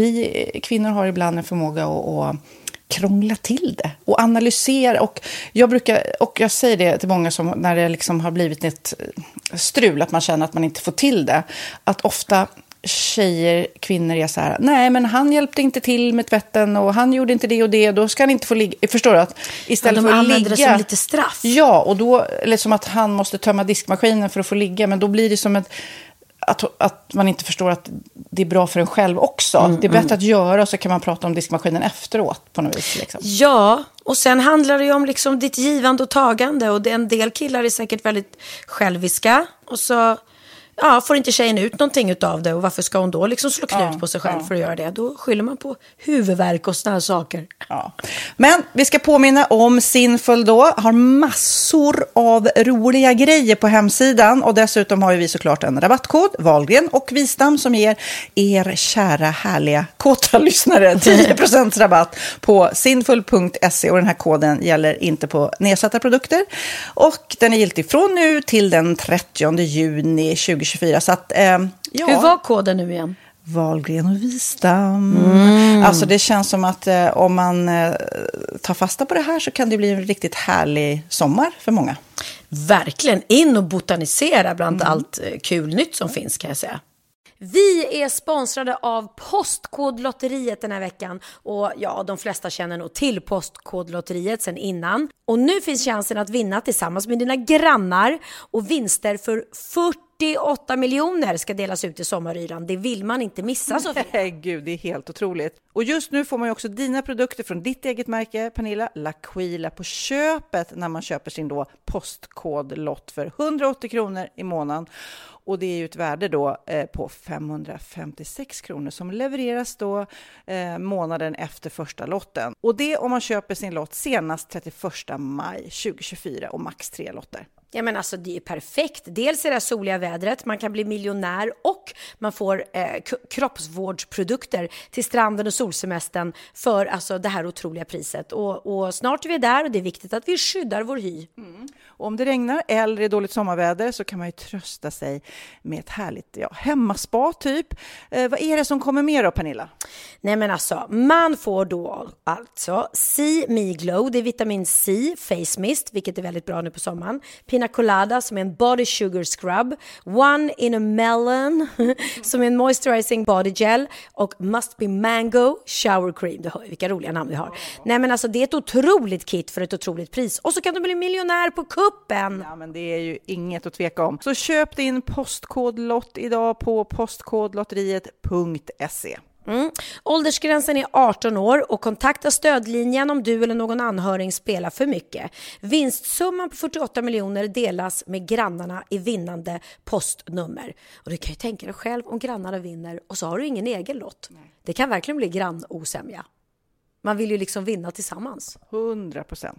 vi kvinnor har ibland en förmåga att, att krångla till det och analysera. Och jag brukar, och jag säger det till många som när det liksom har blivit ett strul, att man känner att man inte får till det. Att ofta tjejer, kvinnor är så här, nej men han hjälpte inte till med tvätten och han gjorde inte det och det, då ska han inte få ligga. Förstår du att istället ja, de för att ligga. De använder det som lite straff. Ja, och då, eller som att han måste tömma diskmaskinen för att få ligga, men då blir det som ett, att, att man inte förstår att det är bra för en själv också. Mm, det är bättre mm. att göra, så kan man prata om diskmaskinen efteråt på något vis. Liksom. Ja, och sen handlar det ju om liksom ditt givande och tagande, och en del killar är säkert väldigt själviska, och så ja, får inte tjejen ut någonting av det, och varför ska hon då liksom slå knut ja, på sig själv ja. för att göra det? Då skyller man på huvudvärk och sådana här saker. Ja. Men vi ska påminna om Sinful då. Har massor av roliga grejer på hemsidan, och dessutom har vi såklart en rabattkod, Wahlgren och Wistam, som ger er kära, härliga, kåta lyssnare tio procent rabatt på sinful punkt se, och den här koden gäller inte på nedsatta produkter, och den är giltig från nu till den trettionde juni tjugohundratjugofyra. Så att, eh, ja. Hur var koden nu igen? Wahlgren och Wistam. Mm. Alltså det känns som att eh, om man eh, tar fasta på det här, så kan det bli en riktigt härlig sommar för många. Verkligen, in och botanisera bland mm. allt eh, kul nytt som finns, kan jag säga. Vi är sponsrade av Postkodlotteriet den här veckan, och ja, de flesta känner nog till Postkodlotteriet sedan innan. Och nu finns chansen att vinna tillsammans med dina grannar, och vinster för fyrtioåtta miljoner ska delas ut i sommaryran. Det vill man inte missa, Sofia. Nej, gud, det är helt otroligt. Och just nu får man ju också dina produkter från ditt eget märke, Pernilla, L'Aquila, på köpet när man köper sin då postkodlott för hundraåttio kronor i månaden. Och det är ju ett värde då eh, på femhundrafemtiosex kronor som levereras då eh, månaden efter första lotten. Och det om man köper sin lott senast trettioförsta maj tjugohundratjugofyra, och max tre lotter. Ja, men alltså det är perfekt. Dels är det här soliga vädret, man kan bli miljonär, och man får eh, k- kroppsvårdsprodukter till stranden och solsemestern för alltså det här otroliga priset. Och, och snart är vi där, och det är viktigt att vi skyddar vår hy. Mm. Och om det regnar eller är dåligt sommarväder, så kan man ju trösta sig med ett härligt ja, hemmaspa typ. Eh, vad är det som kommer med då, Pernilla? Nej, men alltså, man får då alltså C Me Glow, det är vitamin C, face mist, vilket är väldigt bra nu på sommaren. Pina Colada som är en body sugar scrub, One in a Melon som är en moisturizing body gel, och Must Be Mango shower cream. Du hör vilka roliga namn vi har. Nej, men alltså det är ett otroligt kit för ett otroligt pris, och så kan du bli miljonär på kuppen. Ja, men det är ju inget att tveka om. Så köp din postkodlott idag på postkodlotteriet punkt se. Mm. Åldersgränsen är arton år, och kontakta stödlinjen om du eller någon anhörig spelar för mycket. Vinstsumman på fyrtioåtta miljoner delas med grannarna i vinnande postnummer. Och du kan ju tänka dig själv om grannarna vinner och så har du ingen egen lott. Nej. Det kan verkligen bli grannosämja. Man vill ju liksom vinna tillsammans. hundra procent.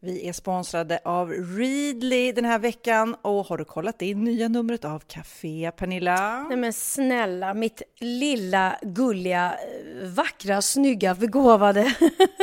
Vi är sponsrade av Readly den här veckan. Och har du kollat in nya numret av Café, Pernilla? Nej men snälla, mitt lilla, gulliga, vackra, snygga, begåvade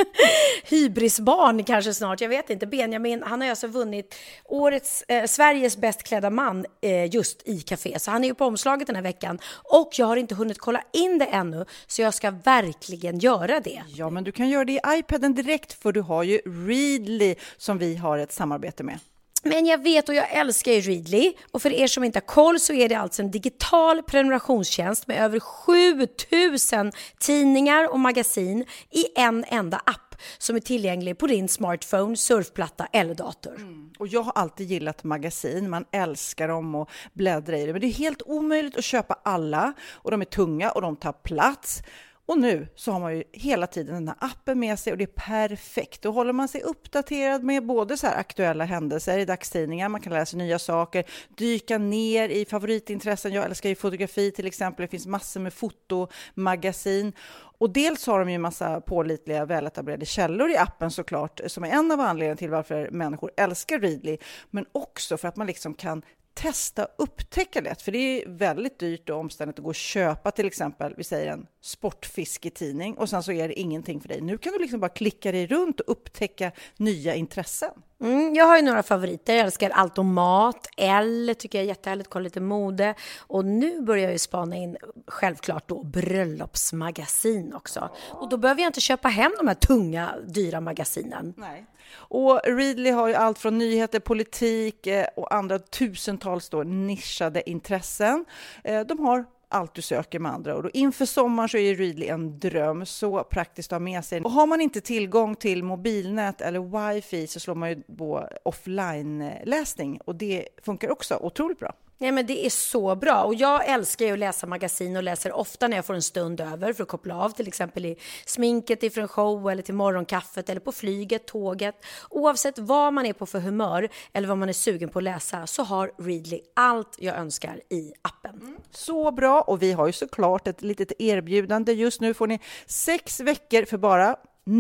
hybrisbarn kanske snart. Jag vet inte. Benjamin, han har alltså vunnit årets, eh, Sveriges bäst klädda man eh, just i Café. Så han är ju på omslaget den här veckan. Och jag har inte hunnit kolla in det ännu. Så jag ska verkligen göra det. Ja, men du kan göra det i iPaden direkt, för du har ju Readly som vi har ett samarbete med. Men jag vet och jag älskar ju Readly. Och för er som inte har koll så är det alltså en digital prenumerationstjänst med över sju tusen tidningar och magasin i en enda app som är tillgänglig på din smartphone, surfplatta eller dator. Mm. Och jag har alltid gillat magasin. Man älskar dem och bläddra i det. Men det är helt omöjligt att köpa alla. Och de är tunga och de tar plats. Och nu så har man ju hela tiden den här appen med sig och det är perfekt. Då håller man sig uppdaterad med både så här aktuella händelser i dagstidningar. Man kan läsa nya saker, dyka ner i favoritintressen. Jag älskar ju fotografi till exempel. Det finns massor med fotomagasin. Och dels har de ju en massa pålitliga, väletablerade källor i appen såklart. Som är en av anledningarna till varför människor älskar Readly. Men också för att man liksom kan testa upptäcka lätt, för det är väldigt dyrt och omständigt att gå och köpa till exempel, vi säger en sportfisketidning och sen så är det ingenting för dig. Nu kan du liksom bara klicka dig runt och upptäcka nya intressen. Mm, jag har ju några favoriter. Jag älskar allt om mat. L tycker jag är jättehärligt. Kolla lite mode. Och nu börjar jag ju spana in självklart då bröllopsmagasin också. Och då behöver jag inte köpa hem de här tunga, dyra magasinen. Nej. Och Readly har ju allt från nyheter, politik och andra tusentals då nischade intressen. De har allt du söker med andra. Och då inför sommaren så är Readly en dröm, så praktiskt att ha med sig. Och har man inte tillgång till mobilnät eller wifi så slår man ju på offline-läsning. Och det funkar också otroligt bra. Nej, men det är så bra. Och jag älskar ju att läsa magasin och läser ofta när jag får en stund över för att koppla av. Till exempel i sminket ifrån show eller till morgonkaffet eller på flyget, tåget. Oavsett vad man är på för humör eller vad man är sugen på att läsa så har Readly allt jag önskar i appen. Mm. Så bra, och vi har ju såklart ett litet erbjudande. Just nu får ni sex veckor för bara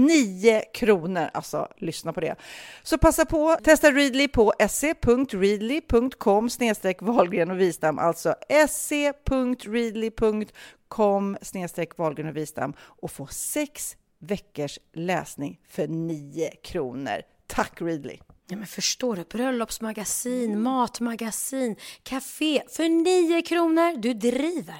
nio kronor, alltså lyssna på det. Så passa på, testa Readly på se punkt readly punkt com snedstreck Wahlgren och Wistam, alltså se punkt readly punkt com snedstreck Wahlgren och Wistam och få sex veckors läsning för nio kronor. Tack Readly! Ja, men förstår du? Bröllopsmagasin, matmagasin, café för nio kronor. Du driver.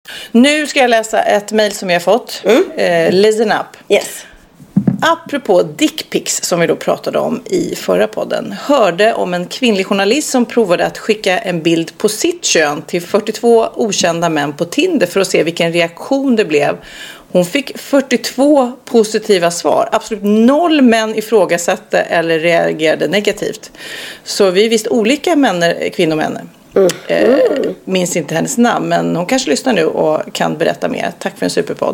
Nu ska jag läsa ett mejl som jag har fått. Mm. Eh, listen up. Yes. Apropå dickpics som vi då pratade om i förra podden. Hörde om en kvinnlig journalist som provade att skicka en bild på sitt kön till fyrtiotvå okända män på Tinder för att se vilken reaktion det blev. Hon fick fyrtiotvå positiva svar. Absolut noll män ifrågasatte eller reagerade negativt. Så vi är visst olika män, kvinnor och män. Mm. Eh, minns inte hennes namn, men hon kanske lyssnar nu och kan berätta mer. Tack för en superpodd.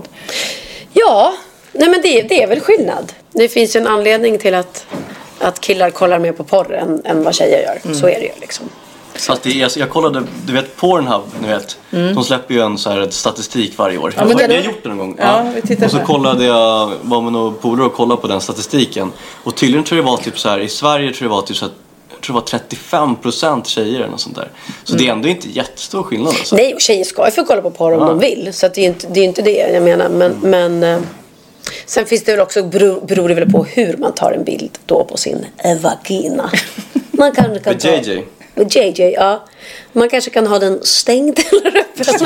Ja, nej men det, det är väl skillnad. Det finns ju en anledning till att, att killar kollar mer på porr än, än vad tjejer gör. Mm. Så är det ju liksom. Fast det är, jag kollade, du vet Pornhub, ni vet. Mm. De släpper ju en så här statistik varje år. Ja, men jag det har gjort det någon gång. Ja, vi tittar och så kollade jag, var med några polare och kollade på den statistiken. Och tydligen tror jag det var typ så här, i Sverige tror jag det var typ så att jag tror det var trettiofem procent tjejer eller något sånt där. Så mm. det är ändå inte jättestor skillnad alltså. Nej, och tjejer ska ju få kolla på porr om ja. de vill. Så att det är inte det, är inte det jag menar. Men, mm. men sen finns det väl också, beror, beror det väl på hur man tar en bild då på sin vagina. Man kan, kan med ta, J J? Med J J, ja. Man kanske kan ha den stängd eller öppen.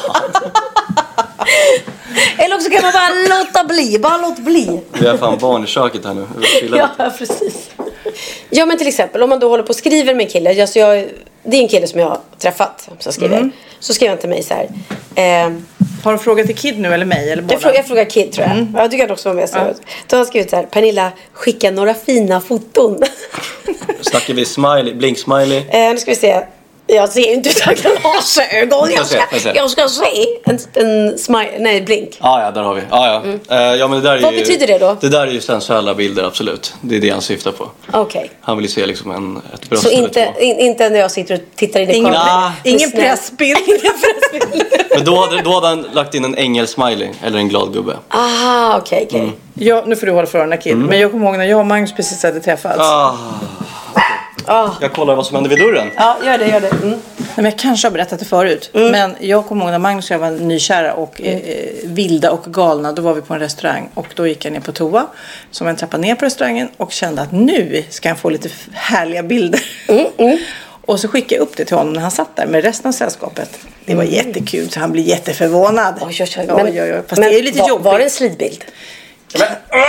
Eller också kan man bara låta bli. Bara låt bli. Vi är fan barn i köket här nu. Ja, precis. Ja, men till exempel om man då håller på och skriver med en kille. Alltså jag, det är en kille som jag har träffat som skriver. Mm. Så skriver han till mig så här. Eh, har du frågat till Kid nu eller mig? Eller båda? Jag, frågar, jag frågar Kid tror jag. Mm. Ja, du kan också vara med. Så. Ja. Då har han skrivit så här. Pernilla, skicka några fina foton. Snackar vi smiley, blink smiley? Eh, nu ska vi se. Jag ser ju inte ut att glasögon. Jag ska, jag, jag ska se en, en smile, nej, blink. Ah, ja, där har vi. Ah, ja. Mm. Uh, ja, men det där är Vad ju, betyder det då? Det där är ju sensuella bilder, absolut. Det är det han syftar på. Okej. Okay. Han vill ju se liksom en, ett bröst. Så inte, in, inte när jag sitter och tittar in i ingen, kameran? Ingen pressbild. Men då hade, då hade han lagt in en ängel-smiley. Eller en glad gubbe. Ah, okej, okay, okej. Okay. Mm. Ja, nu får du hålla för öronen, Kid. Mm. Men jag kommer ihåg när jag och Magnus precis hade träffats. Ah. Oh. Jag kollar vad som hände vid dörren. Ja, gör det, gör det. Mm. Nej, men jag kanske har berättat det förut. Mm. Men jag kommer ihåg när Magnus och jag var nykära och mm. eh, vilda och galna. Då var vi på en restaurang och då gick jag ner på toa. Som en trappa ner på restaurangen och kände att nu ska han få lite härliga bilder. Mm. Mm. Och så skickade jag upp det till honom när han satt där med resten av sällskapet. Det var mm. jättekul så han blev jätteförvånad. Oj, oj, oj. Men, oj, oj, oj. Fast men det är lite var, jobbigt. Var det en slidbild? Men,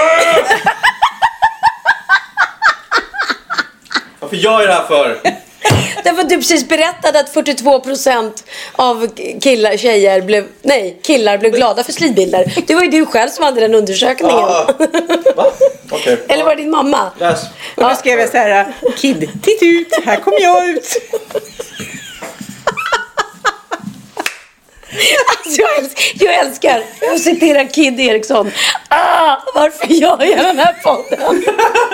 varför gör jag det här för? Därför att du precis berättade att fyrtiotvå procent av killar, tjejer blev, nej, killar blev glada för slidbilder. Det var ju du själv som hade den undersökningen. Ah. Va? Okay. Eller var det din mamma? Yes. Och då skrev jag så här: Kid, titta ut, här kommer jag ut. Alltså jag, älskar, jag älskar jag citerar Kid Eriksson. Ah, varför gör jag den här podden?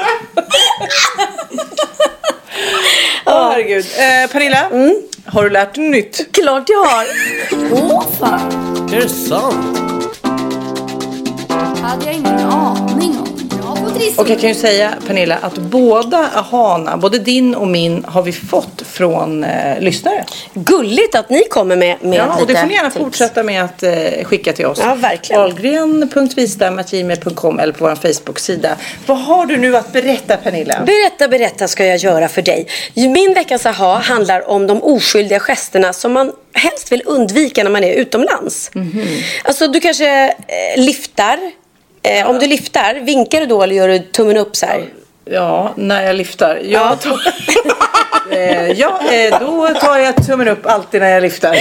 Åh, oh, herregud. Eh, Pernilla, mm? har du lärt dig nytt? Klart jag har. Åh, fan. Är det sant? Hade jag ingen aning om. Och jag kan ju säga, Pernilla, att båda Ahana, både din och min, har vi fått från eh, lyssnare. Gulligt att ni kommer med, med ja, och det får ni gärna tips. Fortsätta med att eh, skicka till oss. Ja, verkligen. ahlgren punkt visdam at gmail punkt com eller på vår Facebook-sida. Vad har du nu att berätta, Pernilla? Berätta, berätta ska jag göra för dig. Min veckans aha handlar om de oskyldiga gesterna som man helst vill undvika när man är utomlands. Mm-hmm. Alltså, du kanske eh, liftar. Eh, om du lyftar, vinkar du då eller gör du tummen upp så här? Ja, när jag lyftar. Jag tar... eh, ja, eh, då tar jag tummen upp alltid när jag lyftar.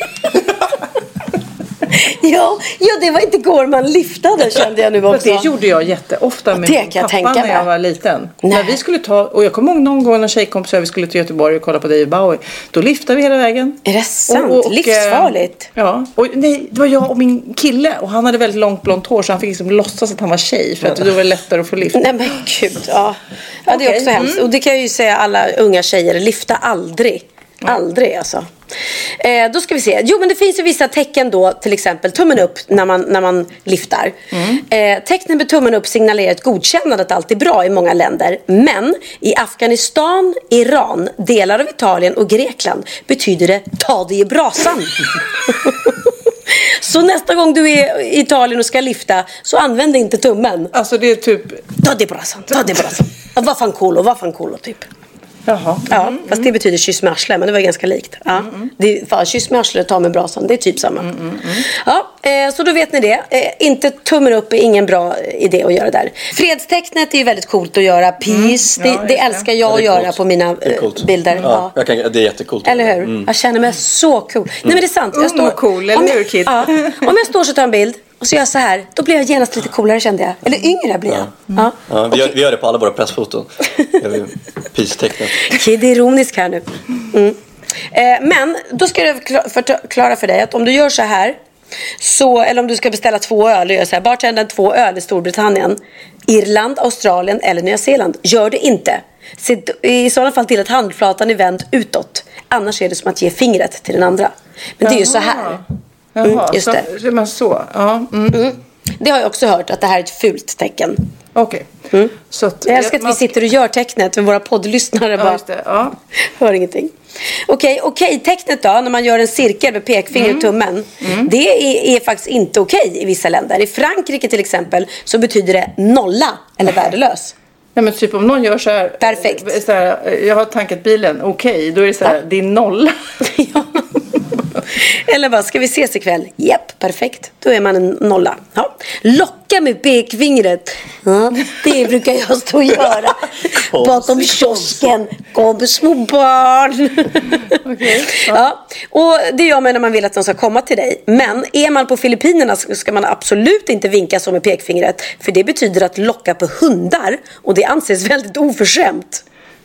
ja, ja, det var inte går man lyftade, kände jag nu också. Det gjorde jag jätteofta med min pappa när jag var liten. Nej. När vi skulle ta, och jag kommer ihåg någon gång när tjejkompisar vi skulle till Göteborg och kolla på David Bowie. Då lyftade vi hela vägen. Är det sant? Och, och, livsfarligt. Ja, och nej, det var jag och min kille. Och han hade väldigt långt blont hår så han fick liksom låtsas att han var tjej. För att det då var det lättare att få lyft. Nej men gud, ja. Ja, det är också okay. hemskt. Mm. Och det kan jag ju säga alla unga tjejer, lyfta aldrig. Mm. Aldrig alltså. Eh, då ska vi se. Jo, men det finns ju vissa tecken då, till exempel tummen upp när man, när man lyftar. Mm. Eh, tecknen med tummen upp signalerar ett godkännande att allt är bra i många länder. Men i Afghanistan, Iran, delar av Italien och Grekland betyder det ta det i brasan. Så nästa gång du är i Italien och ska lyfta, så använd inte tummen. Alltså det är typ... Ta det i brasan, ta det i brasan. Vad fan coolo, vad fan coolo typ. Jaha. Ja, mm, fast det betyder kyss med arslet, men det var ganska likt. Ja. Mm, mm. Det är, fan, kyss med arslet och ta med brasan, det är typ samma. Mm, mm, mm. Ja, eh, så då vet ni det. Eh, inte tummen upp är ingen bra idé att göra där. Fredstecknet är ju väldigt coolt att göra. Peace, mm, ja, det, det älskar jag ja, att göra på mina eh, bilder. Ja, ja. Jag kan, det är jättecoolt. Eller hur? Mm. Jag känner mig så cool. Mm. Nej men det är sant. Jag står, cool, eller hur, Kid? Ja, om jag står så tar en bild och så gör jag så här, då blir jag genast lite coolare, kände jag. Eller yngre blir jag. Ja. Mm. Ja, vi, gör, vi gör det på alla våra pressfoton. Peace-tecknet. Okej, det är ironisk här nu. Mm. Eh, men då ska jag förklara för dig att om du gör så här, så, eller om du ska beställa två öl och gör så här, bartendern två öl i Storbritannien, Irland, Australien eller Nya Zeeland, gör det inte. Se i sådana fall till att handflatan är vänd utåt. Annars är det som att ge fingret till den andra. Men Jaha. Det är ju så här. Mm, just så, det. Men så, ja. Mm. Mm. Det har jag också hört, att det här är ett fult tecken. Okej. Okay. Mm. Jag älskar att man... vi sitter och gör tecknet, men våra poddlyssnare bara ja, det, ja. hör ingenting. Okej, okay, okej, okay, tecknet då, när man gör en cirkel med pekfinger och tummen, mm. det är, är faktiskt inte okej okay i vissa länder. I Frankrike till exempel så betyder det nolla eller värdelös. Ja, men typ om någon gör så här. Perfekt. Så här, jag har tankat bilen, okej, okay, då är det så här, ja. Det är nolla. Ja. Eller bara, ska vi ses ikväll? Japp, perfekt. Då är man en nolla. Ja. Locka med pekfingret. Ja, det brukar jag stå och göra. Bakom kiosken. Kom små barn. Okay, ja. Ja. Och det gör man när man vill att de ska komma till dig. Men är man på Filippinerna så ska man absolut inte vinka så med pekfingret. För det betyder att locka på hundar. Och det anses väldigt oförskämt.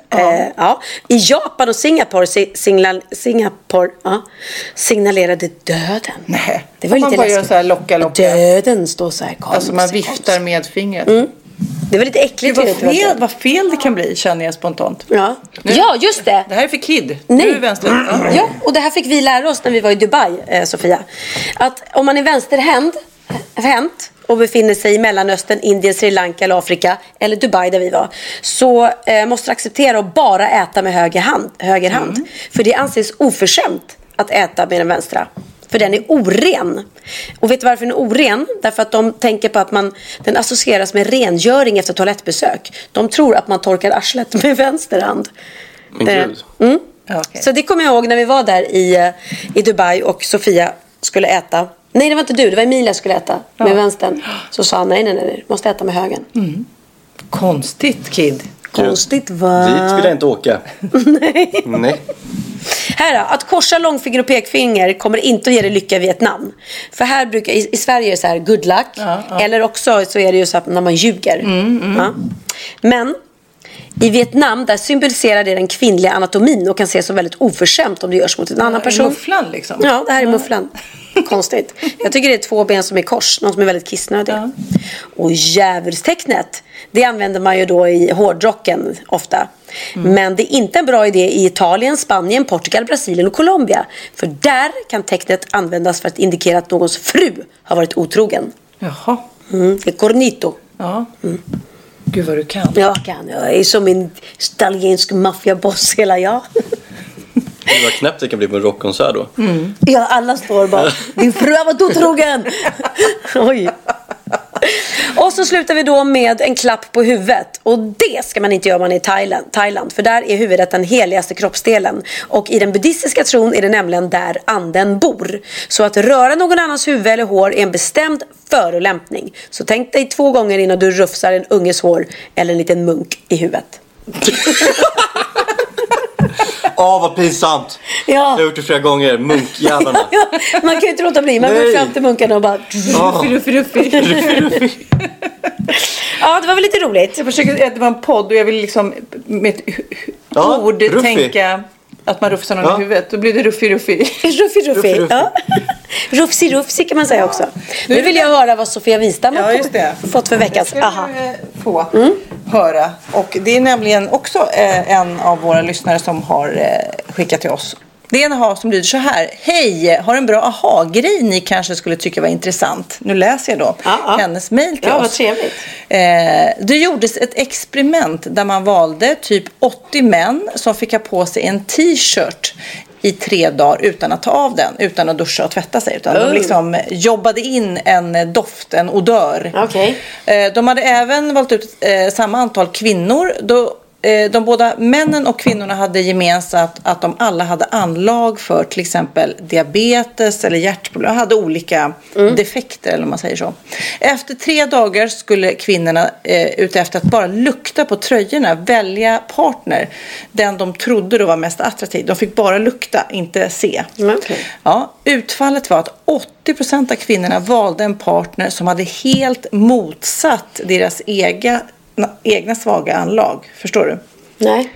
Ja. Eh, ja. I Japan och Singapore, signal, Singapore ja, signalerade döden. Nej. Det var man lite bara gör så här locka, locka. Döden står så här konstigt. Alltså man viftar med fingret. Mm. Det var lite äckligt. Vad fel, vad fel det kan bli, känner jag spontant. Ja, ja just det. Det här är för kid. Nej. Du är vänster. Ja. Ja, och det här fick vi lära oss när vi var i Dubai, eh, Sofia. Att om man är vänsterhänt hänt och befinner sig i Mellanöstern, Indien, Sri Lanka eller Afrika eller Dubai där vi var, så eh, måste du acceptera att bara äta med höger hand. Höger hand. Mm. För det anses oförskämt att äta med den vänstra. För den är oren. Och vet du varför den är oren? Därför att de tänker på att man, den associeras med rengöring efter toalettbesök. De tror att man torkar arslet med vänster hand. Men gud. Eh, mm. Okay. Så det kommer jag ihåg när vi var där i, i Dubai och Sofia skulle äta. Nej, det var inte du. Det var Emilia som skulle äta ja. med vänstern. Så sa han, nej, nej, nej. Du måste äta med högen. Mm. Konstigt, kid. Konstigt, va? Dit vill jag inte åka. Nej. Nej. Här då, att korsa långfinger och pekfinger kommer inte att ge dig lycka i Vietnam. För här brukar, i, i Sverige är det så här, good luck. Ja, ja. Eller också så är det ju så att när man ljuger. Mm, mm. Ja. Men i Vietnam, där symboliserar det den kvinnliga anatomin och kan ses som väldigt oförskämt om det görs mot en annan person. I mufflan liksom. Ja, det här är mufflan. Konstigt. Jag tycker det är två ben som är kors. Något som är väldigt kissnödig. Ja. Och djävulstecknet, det använder man ju då i hårdrocken ofta. Mm. Men det är inte en bra idé i Italien, Spanien, Portugal, Brasilien och Colombia. För där kan tecknet användas för att indikera att någons fru har varit otrogen. Jaha. Mm. Det är cornito. Ja. Mm. Gud vad du kan. Jag kan. Jag är som en italiensk maffiaboss hela jag. Det var knäppt det kan bli på en rockkonsert då. Mm. Ja, alla står bara. Din fru har varit otrogen. Oj. Och så slutar vi då med en klapp på huvudet. Och det ska man inte göra om man är i Thailand, Thailand. För där är huvudet den heligaste kroppsdelen. Och i den buddhistiska tron är det nämligen där anden bor. Så att röra någon annans huvud eller hår är en bestämd förolämpning. Så tänk dig två gånger innan du rufsar en unges hår eller en liten munk i huvudet. Åh, oh, vad pinsamt. Ja. Jag har gjort det flera gånger, munkjävlarna. Ja, man kan ju inte låta bli. Man går fram till munkarna och bara oh. ruffi, ruffi, ruffi. Ja, det var väl lite roligt. Jag försöker, det var en podd och jag vill liksom med ett ja, ord ruffi. tänka att man rufsar någon ja. i huvudet. Då blir det ruffi, ruffi. Ruffi, ruffi. ruffi. Ja. Rufsi, rufsi kan man säga också. Ja. Nu vill jag höra vad Sofia Wistam har ja, fått för veckans. Det ska du få mm. höra. Och det är nämligen också eh, en av våra lyssnare som har eh, skickat till oss. Det är en aha som lyder så här. Hej, har en bra aha-grej ni kanske skulle tycka var intressant. Nu läser jag då ja, ja. hennes mejl till ja, oss. Vad trevligt. Eh, det gjordes ett experiment där man valde typ åttio män som fick ha på sig en t-shirt i tre dagar utan att ta av den, utan att duscha och tvätta sig. Utan mm. de liksom jobbade in en doft, en odör. Okay. Eh, de hade även valt ut eh, samma antal kvinnor. Då de båda männen och kvinnorna hade gemensamt att de alla hade anlag för till exempel diabetes eller hjärtproblem. De hade olika mm. defekter eller om man säger så. Efter tre dagar skulle kvinnorna eh, utefter att bara lukta på tröjorna välja partner. Den de trodde då var mest attraktiv. De fick bara lukta, inte se. Okay. Ja, utfallet var att åttio procent av kvinnorna valde en partner som hade helt motsatt deras ega egna svaga anlag. Förstår du? Nej.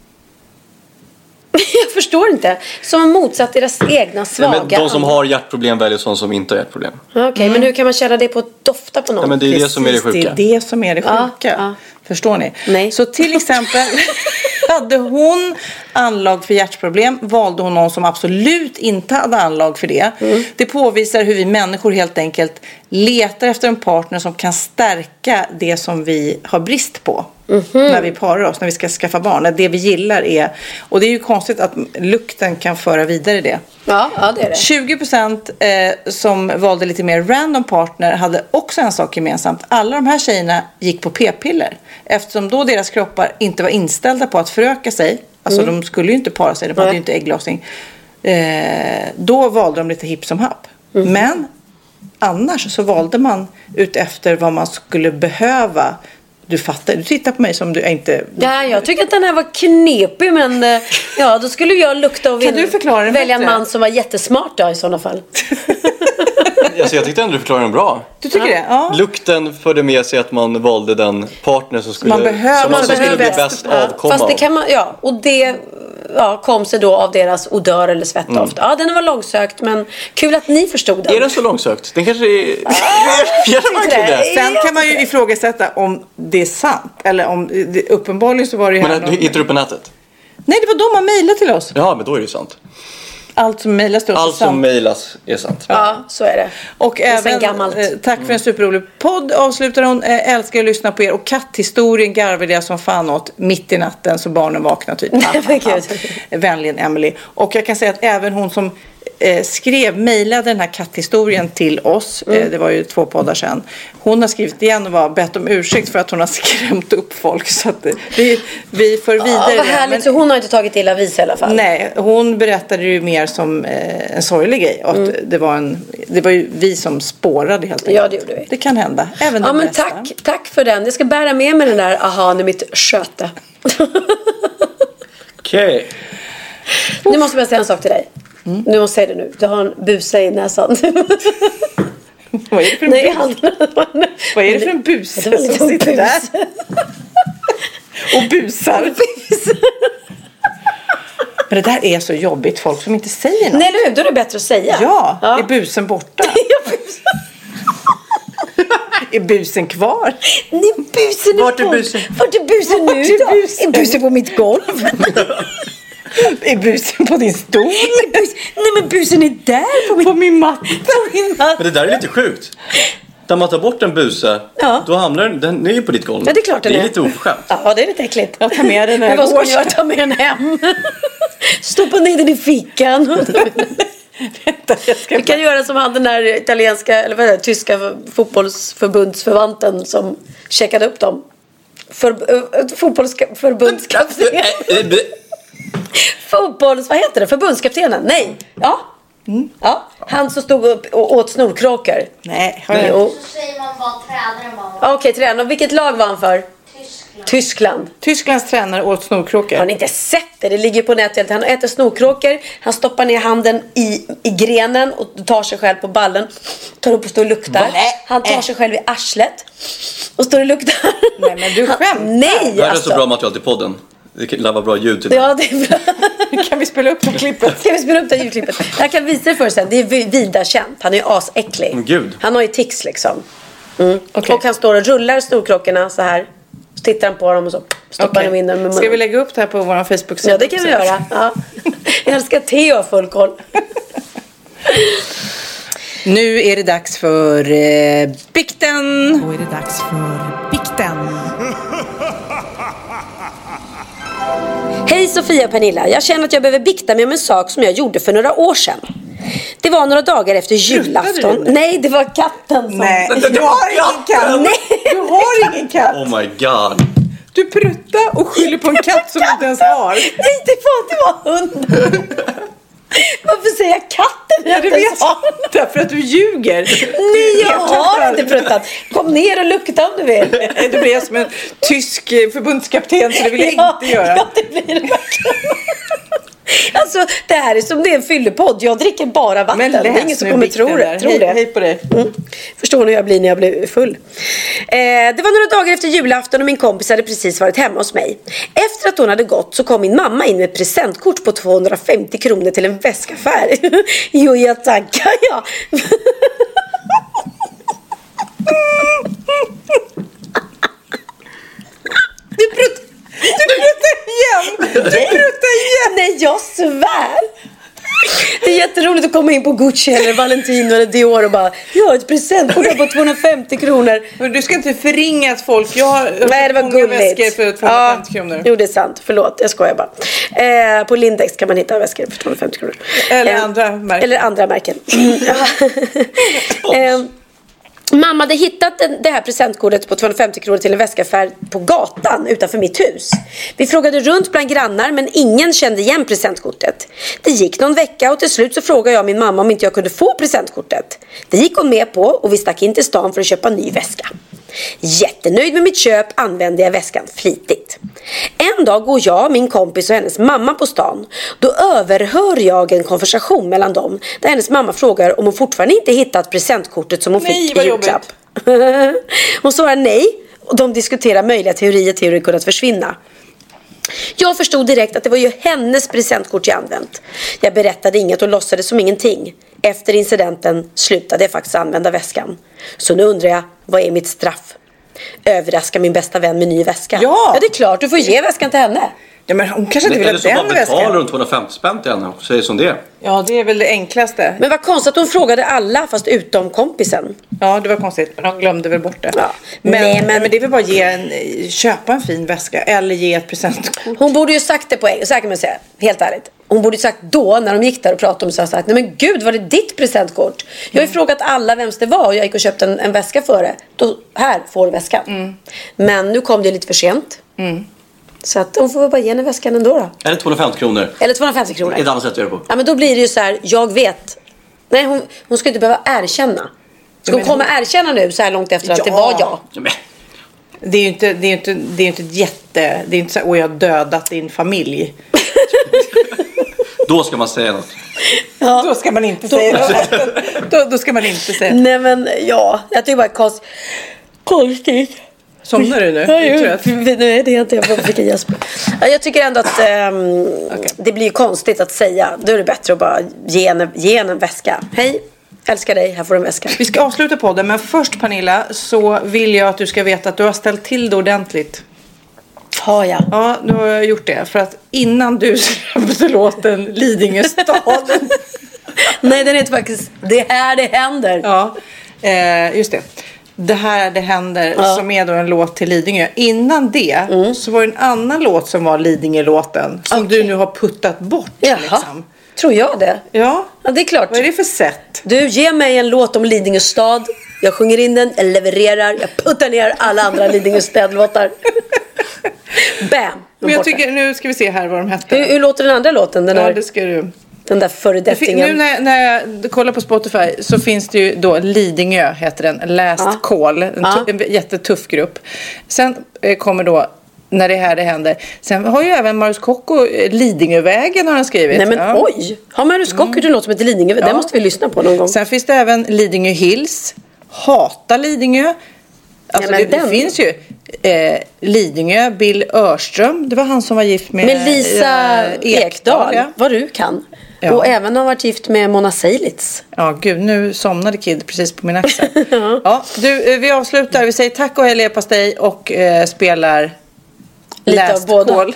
Jag förstår inte. Som motsatt deras egna svaga Nej, men de som anlag. har hjärtproblem väljer sådana som inte har hjärtproblem. Okej, okay, mm. men hur kan man känna det på att dofta på någon? Ja, men det är Precis, det som är det sjuka. Det är det som är det sjuka. Ja, ja. Förstår ni? Nej. Så till exempel hade hon anlag för hjärtproblem, valde hon någon som absolut inte hade anlag för det. Mm. Det påvisar hur vi människor helt enkelt letar efter en partner som kan stärka det som vi har brist på. Mm-hmm. När vi parar oss, när vi ska skaffa barn. Det vi gillar är, och det är ju konstigt att lukten kan föra vidare det. Ja, ja det är det. tjugo procent eh, som valde lite mer random partner hade också en sak gemensamt. Alla de här tjejerna gick på p-piller. Eftersom då deras kroppar inte var inställda på att föröka sig. Alltså mm. de skulle ju inte para sig, de hade ju inte ägglossning. Eh, då valde de lite hipp som happ. Mm. Men annars så valde man ut efter vad man skulle behöva. Du fattar, du tittar på mig som du inte... Ja, jag tycker att den här var knepig, men ja, då skulle jag lukta och kan du förklara välja en man som var jättesmart då, i sådana fall. alltså, jag tyckte ändå du förklarade den bra. Du tycker ja. det? Ja. Lukten förde med sig att man valde den partner som skulle, man behöver, som man som skulle bli bäst. bäst Ja. avkomma. Fast det kan man, ja, och det ja, kom sig då av deras odör eller svettdoft. Mm. Ja, den var långsökt, men kul att ni förstod den. Är den så långsökt? Den kanske är... Ah, sen kan man ju ifrågasätta om det är sant. Eller om det, uppenbarligen så var det ju... Men du hittar du på nätet? Nej, det var de som mejlade till oss. Ja, men då är det ju sant. Allt som mejlas till oss Allt är sant. som mejlas är sant. Ja, så är det. Och det är även, gammalt. eh, tack för en superrolig podd. Avslutar hon. Eh, älskar att lyssna på er. Och katthistorien garvade jag som fan åt mitt i natten så barnen vaknar typ. Vänligen Emily. Och jag kan säga att även hon som eh, skrev, mejlade den här katthistorien till oss. Mm. Eh, det var ju två poddar sedan. Hon har skrivit igen och var bett om ursäkt för att hon har skrämt upp folk. Så att vi, vi för vidare. Ja, vad härligt. Men, så hon har inte tagit illa vis i alla fall. Nej, hon berättade ju mer som eh, en sorglig grej. Och mm. det, var en, det var ju vi som spårade helt enkelt. Ja, det gjorde vi. Det kan hända. Även ja, men bästa. tack, tack för den. Jag ska bära med mig den där aha, i mitt sköte. Okej. Okay. Nu måste jag säga en sak till dig. Mm. Nu måste jag säga det nu. Du har en busa i näsan. Vad är det för en Nej, bus? Vad är det för en buse som bus. sitter där? Och busar. Men det där är så jobbigt. Folk som inte säger något. Nej, nu, då är det bättre att säga. Ja, ja. Är busen borta? Är busen kvar? Nej, busen är Vart är busen? Vart är busen nu är då? busen? Är busen på mitt golv? Är busen på din stol? Bus... Nej, men busen är där på min, på min matta. På min matta. Men det där är lite sjukt. När man tar bort en buse, ja. Då hamnar den, den är ju på ditt golv. Ja, det är klart den Det är är. lite oförskämt. Ja, det är lite äckligt. Jag tar med den när jag jag går. Men vad ska jag ta med den hem? Stoppa ner den i fickan. Vänta, jag ska Vi kan göra som han den där italienska, eller vad är det, tyska fotbollsförbundsförvanten som checkade upp dem. För, äh, fotbollsförbundskapten. Fotbolls, vad heter det? Förbundskaptenen? Nej. Ja. Mm. Ja. Han som stod upp och åt snorkråkor. Nej. Så säger man bara tränare. Okej, okay, tränare. Vilket lag var han för? Tyskland. Tyskland. Tysklands tränare åt snorkråkor. Har ni inte sett det? Det ligger på nätet. Han äter snorkråkor. Han stoppar ner handen i, i grenen och tar sig själv på ballen. Tar upp och står och luktar. Va? Han tar sig själv i arslet och står och luktar. Nej, men du skämtar. Nej, det här alltså. är så bra material till podden. Det lär vara bra ljud till det. Ja, det är bra. Kan vi spela upp det klippet? Kan vi spela upp det ljudklippet? Jag kan visa det för sen. Det är vida känt. Han är ju asäcklig. Men gud. Han har ju tics liksom. Mm. Okay. Och han står och rullar snorkrockorna så här. Så tittar han på dem och så stoppar okay. han in den med munnen. Ska vi lägga upp det här på vår Facebook-sida? Ja, det kan vi göra. Ja. Jag älskar Theo full koll. Nu är det dags för eh, bikten. Då är det dags för bikten. Hej Sofia och Pernilla. Jag känner att jag behöver bikta mig om en sak som jag gjorde för några år sedan. Det var några dagar efter julafton. Nej, det var katten som... Nej, du har ingen katt. Nej. Du har ingen katt. Oh my god. Du pruttar och skyller på en katt som du inte ens har. Nej, det var, det var hunden. Varför säger jag katten? Ja, det vet jag. Därför att du ljuger. Nej, jag har inte pruttat. Kom ner och lukta om du vill. Nej, du blir jag som en tysk förbundskapten, så det vill jag ja, inte göra. Ja, det blir det verkligen. Alltså, det här är som det är en fyllepodd. Jag dricker bara vatten. Men det är ingen som kommer tro det. Tro hej, det. Hej på dig. Mm. Förstår ni hur jag blir när jag blir full. Eh, det var några dagar efter julafton och min kompis hade precis varit hemma hos mig. Efter att hon hade gått så kom min mamma in med ett presentkort på tvåhundrafemtio kronor till en väskaffär. Jo, jag tackar jag. Du pruttar Du pruttar igen. Du pruttar igen. Nej, jag svär. Det är jätteroligt att komma in på Gucci eller Valentino eller Dior och bara, jag har ett presentkort på tvåhundrafemtio kronor. Men du ska inte förringa ett folk. Jag har Nej, det var många gulligt. väskor för tvåhundrafemtio ja, kronor. Jo, det är sant. Förlåt, jag skojar bara. Eh, på Lindex kan man hitta väskor för tvåhundrafemtio kronor. Eller eh, andra märken. Eller andra märken. eh, Mamma hade hittat det här presentkortet på tvåhundrafemtio kronor till en väskaffär på gatan utanför mitt hus. Vi frågade runt bland grannar, men ingen kände igen presentkortet. Det gick någon vecka och till slut så frågade jag min mamma om inte jag kunde få presentkortet. Det gick hon med på och vi stack in till stan för att köpa en ny väska. Jättenöjd med mitt köp använde jag väskan flitigt. En dag går jag, min kompis och hennes mamma på stan. Då överhör jag en konversation mellan dem där hennes mamma frågar om hon fortfarande inte hittat presentkortet som hon Nej, fick vad i julklapp. jobbigt. Hon svarar nej och de diskuterar möjliga teorier till hur det kunnat försvinna. Jag förstod direkt att det var ju hennes presentkort jag använt. Jag berättade inget och låtsades som ingenting. Efter incidenten slutade jag faktiskt använda väskan. Så nu undrar jag, vad är mitt straff? Överraska min bästa vän med ny väska. Ja. Ja, det är klart, du får ge väskan till henne. Ja, men hon kanske inte vill Eller ha så bara den väskan. betalar hon tvåhundrafemtio spänn till henne och säger som det är. Ja, det är väl det enklaste. Men vad konstigt att hon frågade alla fast utom kompisen. Ja, det var konstigt. Men de glömde väl bort det. Ja. Men, Nej, men- men det är väl bara ge en, köpa en fin väska eller ge ett presentkort. Hon borde ju sagt det på en, så här kan man säga, helt ärligt. Hon borde ju sagt då, när de gick där och pratade om så här, sagt, nej men gud, var det ditt presentkort? Jag har ju frågat alla vems det var och jag gick och köpte en, en väska för det. Då, här får du väskan. Mm. Men nu kom det lite för sent. Mm. Så att hon får väl bara ge henne väskan ändå då. Eller tvåhundrafemtio kronor. Eller tvåhundrafemtio kronor. Ett annat sätt att göra det på. Ja, men då blir det ju så här, jag vet. Nej, hon, hon ska inte behöva erkänna. Ska hon komma hon... erkänna nu så här långt efter att Ja. det var jag? Ja, men. Det är ju inte, det är ju inte, det är ju inte ett jätte... Det är inte så här, åh, jag har dödat din familj. Då ska man säga något. Ja. Då ska man inte säga då, då ska man inte säga. Nej, men ja, jag tycker bara konst... konstigt. Somnar du nu? Ja, jag, nej, det är inte. Jag fick en gäsp. Jag tycker ändå att um, okay. det blir konstigt att säga. Då är det bättre att bara ge en, ge en, en väska. Hej, älskar dig, här får du en väska. Vi ska avsluta på det, men först Pernilla, så vill jag att du ska veta att du har ställt till det ordentligt. Har jag? Ja, nu har jag gjort det. För att innan du släppte låten Lidingö stad. Nej, den heter faktiskt Det här det händer. Ja, eh, just det. Det här det händer, ja. Som är då en låt till Lidingö. Innan det mm. så var det en annan låt som var Lidingö-låten. Som okay. du nu har puttat bort. Jaha. Liksom. Tror jag det? Ja. Ja, det är klart. Vad är det för sätt? Du, ger mig en låt om Lidingö stad. Jag sjunger in den, jag levererar. Jag puttar ner alla andra Lidingö städlåtar. Bam! Men jag tycker, nu ska vi se här vad de hette. Hur, hur låter den andra låten? Den ja, här, det ska du. Den där föredettingen. Nu när, när jag kollar på Spotify så finns det ju då Lidingö heter den. Last ja. Call. En, ja. en jättetuff grupp. Sen eh, kommer då När det här det händer. Sen har ju även Marius Kokko Lidingövägen har han skrivit. Nej men ja. oj. Har Marius Kokko mm. en låt som heter Lidingö? Ja. Den måste vi lyssna på någon gång. Sen finns det även Lidingö Hills. Hata Lidingö. Alltså ja, det, det finns ju eh, Lidingö, Bill Örström. Det var han som var gift med, med Lisa eh, Ekdahl. Ekdahl ja. Vad du kan. Ja. Och även har varit gift med Mona Seilitz. Ja, gud, nu somnade Kid precis på min axel. ja. ja, du, vi avslutar. Vi säger tack och hej leverpastej och eh, spelar lite av båda. Ja,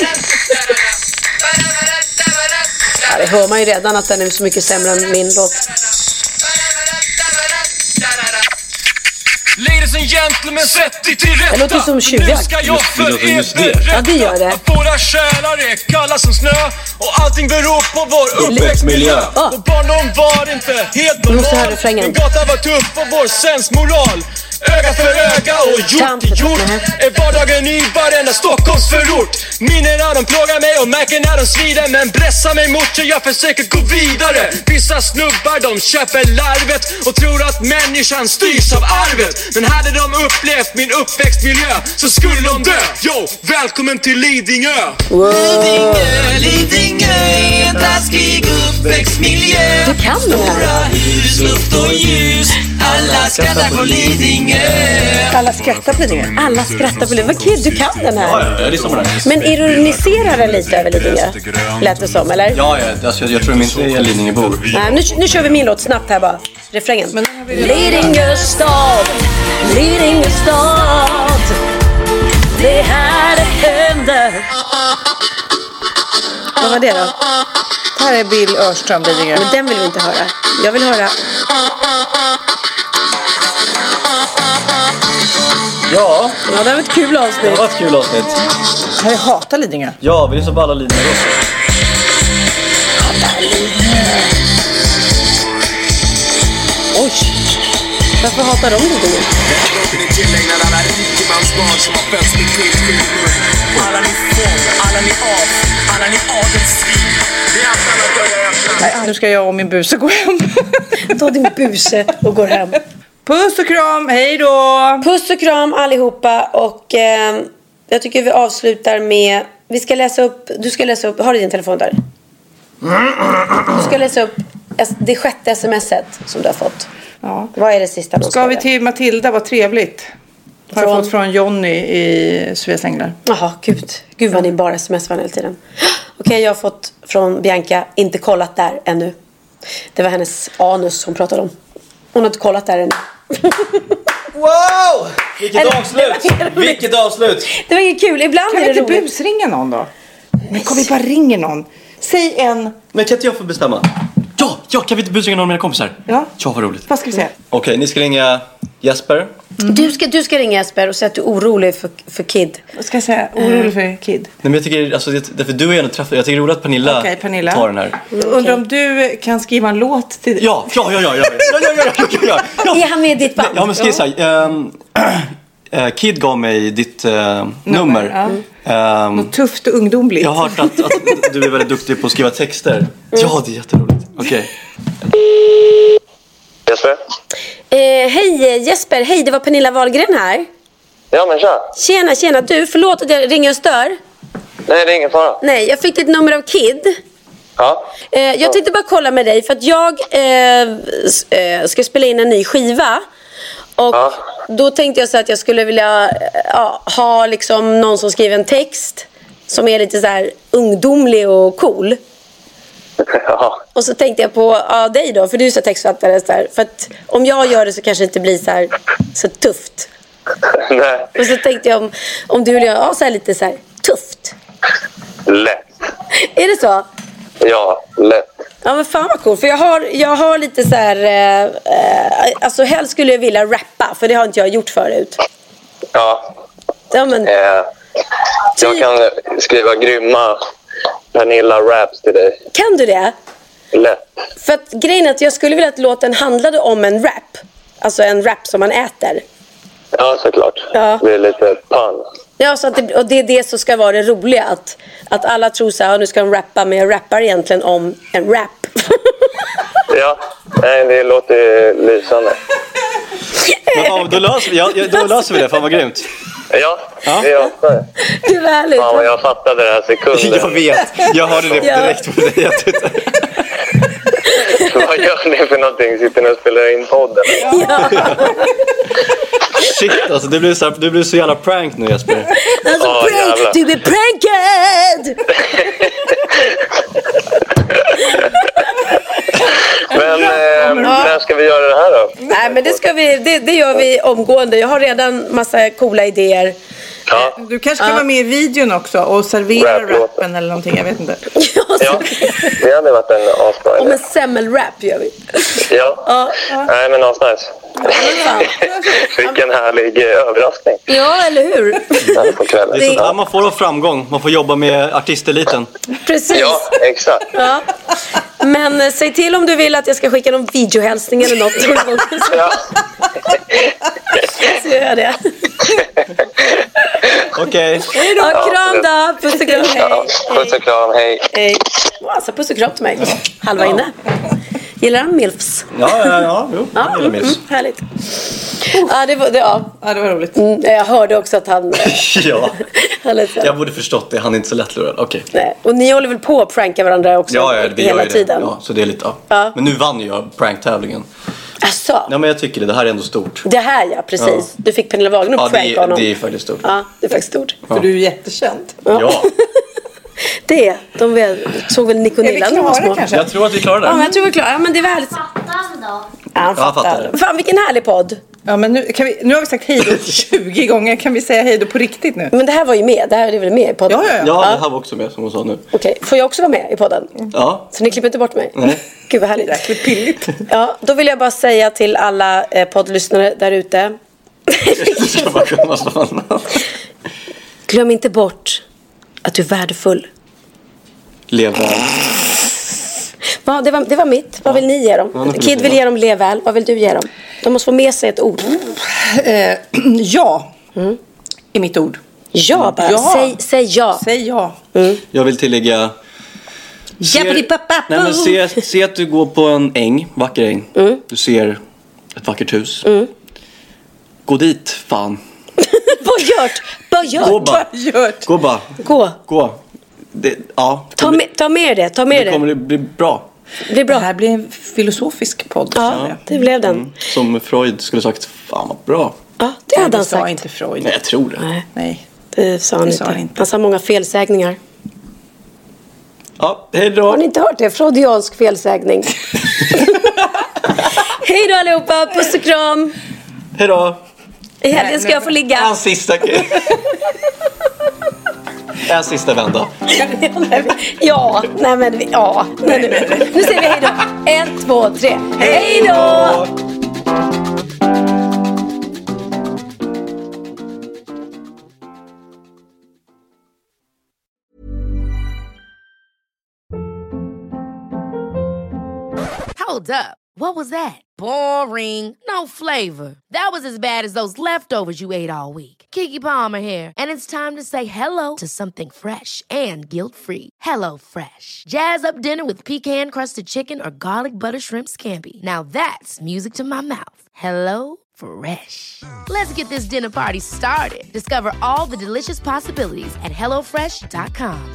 det hör man ju redan att den är så mycket sämre än min låt. Ladies and gentlemen, sätt dig till rätta. Det låter som tjuvjakt. Nu ska jag för er berätta ja, det gör det. att våra själar är kalla som snö. Och allting beror på vår uppväxtmiljö. Ah. Vår barndom var inte helt normal. En gata var tuff och vår sensmoral. Öga för öga och gjort till gjort. Är vardagen i varenda Stockholms förort. Minnena de plågar mig och märker när de svider. Men pressar mig mot så jag försöker gå vidare. Vissa snubbar de köper larvet och tror att människan styrs av arvet. Men hade de upplevt min uppväxtmiljö så skulle de dö. Jo, välkommen till Lidingö. Wow. Lidingö, Lidingö är en taskig uppväxtmiljö. Du kan det här. Stora hus, luft och ljus. Alla skrattar på Lidingö. Alla skrattar på Lidingö. Alla skrattar på Lidingö. Vad kid, du kan den här. Ja, jag lyssnar på den. Men ironiserar den lite över Lidingö? Lät det som, eller? Ja, ja alltså, jag tror de inte är Lidingöbor. Nej, nu, nu kör vi min låt snabbt här bara. Refrängen. Men Lidingö stad, Lidingö stad. Det här det händer. Vad var det då? Det här är Bill Örström, Lidingö. Men den vill vi inte höra. Jag vill höra. Ja. Ja, det var ett kul avsnitt. Det var ett kul avsnitt. Jag hatar Lidingö. Ja, vi är så på alla Lidingö också. Hatar Lidingö. Oj. Varför hatar de Lidingö? Alla ni fång, alla ni av, alla ni adelsvin. Nej, nu ska jag och min buse gå hem. Ta din buse och gå hem. Puss och kram, hej då! Puss och kram allihopa. Och eh, jag tycker vi avslutar med... Vi ska läsa upp... Du ska läsa upp... Har du din telefon där? Du ska läsa upp det sjätte smset som du har fått. Ja. Vad är det sista de ska vi till Matilda, vad trevligt. Har från... jag fått från Jonny i Sveas Änglar. Jaha, gud. Gud vad ni bara smsar hela tiden. Okej, okay, jag har fått från Bianca. Inte kollat där ännu. Det var hennes anus hon pratade om. Hon har inte kollat där ännu. Wow! Vilket Eller, avslut! Vilket avslut! Det var inget kul. Ibland kan är det vi inte roligt. busringa någon då? Men kom vi bara ringer någon. Säg en... Men kan inte jag få bestämma? Ja, ja, kan vi inte busringa någon av mina kompisar? Ja. Ja, vad roligt. Vad ska vi säga? Okej, okay, ni ska ringa Jesper. Mm. Du, ska, du ska ringa Jesper och säga att du är orolig för, för Kid. Vad ska jag säga? Orolig mm. för Kid? Nej, men jag tycker, alltså, det, för du är ändå träffad. Jag tycker det är roligt att Pernilla, okay, Pernilla tar den här. Mm, okay. Undrar om du kan skriva en låt till... Ja, ja, ja, ja, ja, ja, ja, ja, ja, ja, ja. Är han med i ditt band? Ja, men skriv så här. Um, Kid gav mig ditt uh, nummer. nummer. Ja. Um, Något tufft och ungdomligt. Jag har hört att, att du är väldigt duktig på att skriva texter. Mm. Ja, det är jätteroligt. Okej. Okay. Jesper? Eh, hej Jesper, hej, det var Pernilla Wahlgren här. Ja, men tja. Tjena, tjena, du, förlåt att jag ringer och stör. Nej, det är ingen fara. Nej, jag fick ditt nummer av Kid. Ja. Eh, jag ja. tänkte bara kolla med dig för att jag eh, ska spela in en ny skiva. Och ja. då tänkte jag så att jag skulle vilja ja, ha liksom någon som skriver en text som är lite så här ungdomlig och cool. Ja. Och så tänkte jag på ja, dig då, för du är så textfattare så här, för att om jag gör det så kanske det inte blir så här så tufft. Nej. Och så tänkte jag om, om du vill göra ja, så här lite så här tufft. Lätt. Är det så? Ja, lätt. Ja, men fan vad cool. För jag har, jag har lite så här eh, alltså helst skulle jag vilja rappa, för det har inte jag gjort förut. Ja. Ja, men eh, jag kan skriva grymma Pernilla raps till dig. Kan du det? Lätt. För att grejen är att jag skulle vilja att låten handlade om en rap. Alltså en rap som man äter. Ja, såklart. Ja. Det är lite pan. Ja, så att det, och det är det som ska vara det roliga. Att, att alla tror så här, nu ska de rappa, men jag rappar egentligen om en rap. Ja, nej, det låter lysande. Men fan, då löser vi, ja, då löser vi det, fan vad grymt. Ja, ja. Det är jag. Det är härligt. Fan vad jag fattade det här sekunden. Jag vet, jag hörde det direkt på dig. Vad gör ni för någonting? Sitter ni och spelar in podden? Ja. Shit, alltså du blir så, du blir så jävla prank nu, Jesper. Alltså oh, prank, du blir pranked! Men eh, när ska vi göra det här då? Nej, men det ska vi, det, det gör vi omgående. Jag har redan massa coola idéer. Ja. Du kanske kan ja. vara med i videon också och servera Rap rappen eller någonting, jag vet inte. Ja, det hade varit en asbra. Om en semmelrap gör vi. Ja, ja. Nej men asnice. Vilken härlig eh, överraskning. Ja, eller hur? Ja, på kvällen. Det är sånt här man får framgång. Man får jobba med artisteliten. Precis. Ja, exakt. Ja. Men eh, säg till om du vill att jag ska skicka någon videohälsning eller något. Ja. Så gör jag det. Okej. Okay. Ja, kram då. Puss och kram. Hej. Ja, puss och kram, hej. Hej. Alltså, puss och kram till mig. Halva ja. inne. Gillar han milfs? Ja, ja, ja. Jo, ja gillar milfs. Mm, härligt. Ja, det var, det, ja. ja, det var roligt. Mm, jag hörde också att han... ja, jag borde förstått det. Han är inte så lättlurad. Okej. Okay. Nej. Och ni håller väl på att pranka varandra också ja, ja, vi hela gör tiden? Det. Ja, så det är lite... Ja. Ja. Men nu vann jag prank-tävlingen. Asså? Ja, men jag tycker det. Det här är ändå stort. Det här, ja, precis. Ja. Du fick Pernilla Wahlgren ja, att pranka honom. Ja, det är faktiskt stort. Ja, det är faktiskt stort. Ja. För du är jättekänd. Ja. ja. Det, de väl, såg väl Nick och Nilla när de var små. Jag tror att vi klarar det. Ja, men jag tror vi klarar det. Ja, men det är väl... Fattar han då? Ja, han fattar. Ja, fattar. Fan, vilken härlig podd. Ja, men nu, kan vi, nu har vi sagt hej då tjugo gånger. Kan vi säga hej då på riktigt nu? Men det här var ju med. Det här är väl med i podden? Ja, ja, ja. ja det här var också med som hon sa nu. Okej, okay. Får jag också vara med i podden? Ja. Så ni klipper inte bort mig? Nej. Gud vad härligt. Det är pilligt. Ja, då vill jag bara säga till alla eh, poddlyssnare där ute. Glöm inte bort att du är värdefull. Lev väl. Ja, det, var, det var mitt. Vad vill ni ge dem? Ja, Kid vill ge dem lev väl. Vad vill du ge dem? De måste få med sig ett ord. Eh, ja. Mm. Är mitt ord. Ja, bara. Ja. Säg, säg ja. Säg ja. Mm. Jag vill tillägga... Ser, nej, men se, se att du går på en äng, vacker äng. Mm. Du ser Ett vackert hus. Mm. Gå dit, fan. Vad gjort? Vad gjort? Gå bara. Gå bara. Gå. Gå. Det, ja, ta, bli, med, ta med det. Ta med det det. kommer bli bra. Det blir bra. Det här blir en filosofisk podd. Ja, det blev den. Mm. Som Freud skulle sagt, fan vad bra. Ja, det hade Nej, han det sa sagt. inte Freud. Nej, jag tror det. Nej, Nej. det sa han det inte. Sa han inte. Han sa många felsägningar. Ja, hej då. Har ni inte hört det? Freudiansk felsägning. Hej då allihopa, puss och kram. Hej då. I helgen ska jag få ligga. En sista En sista vända. Ja, nej men vi, ja. Nej, nu, nu säger vi hej då. En, två, tre. Hej då! Hold up. What was that? Boring. No flavor. That was as bad as those leftovers you ate all week. Keke Palmer here, and it's time to say hello to something fresh and guilt-free. Hello Fresh. Jazz up dinner with pecan-crusted chicken or garlic butter shrimp scampi. Now that's music to my mouth. Hello Fresh. Let's get this dinner party started. Discover all the delicious possibilities at hello fresh dot com.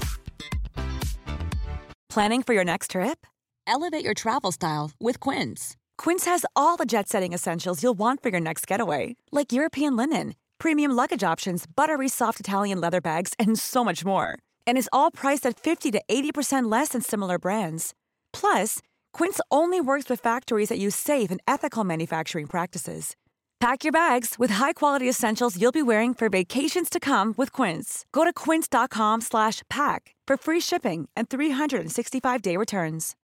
Planning for your next trip? Elevate your travel style with Quince. Quince has all the jet-setting essentials you'll want for your next getaway, like European linen, premium luggage options, buttery soft Italian leather bags, and so much more. And is all priced at fifty to eighty percent less than similar brands. Plus, Quince only works with factories that use safe and ethical manufacturing practices. Pack your bags with high-quality essentials you'll be wearing for vacations to come with Quince. Go to quince dot com slash pack for free shipping and three sixty-five day returns.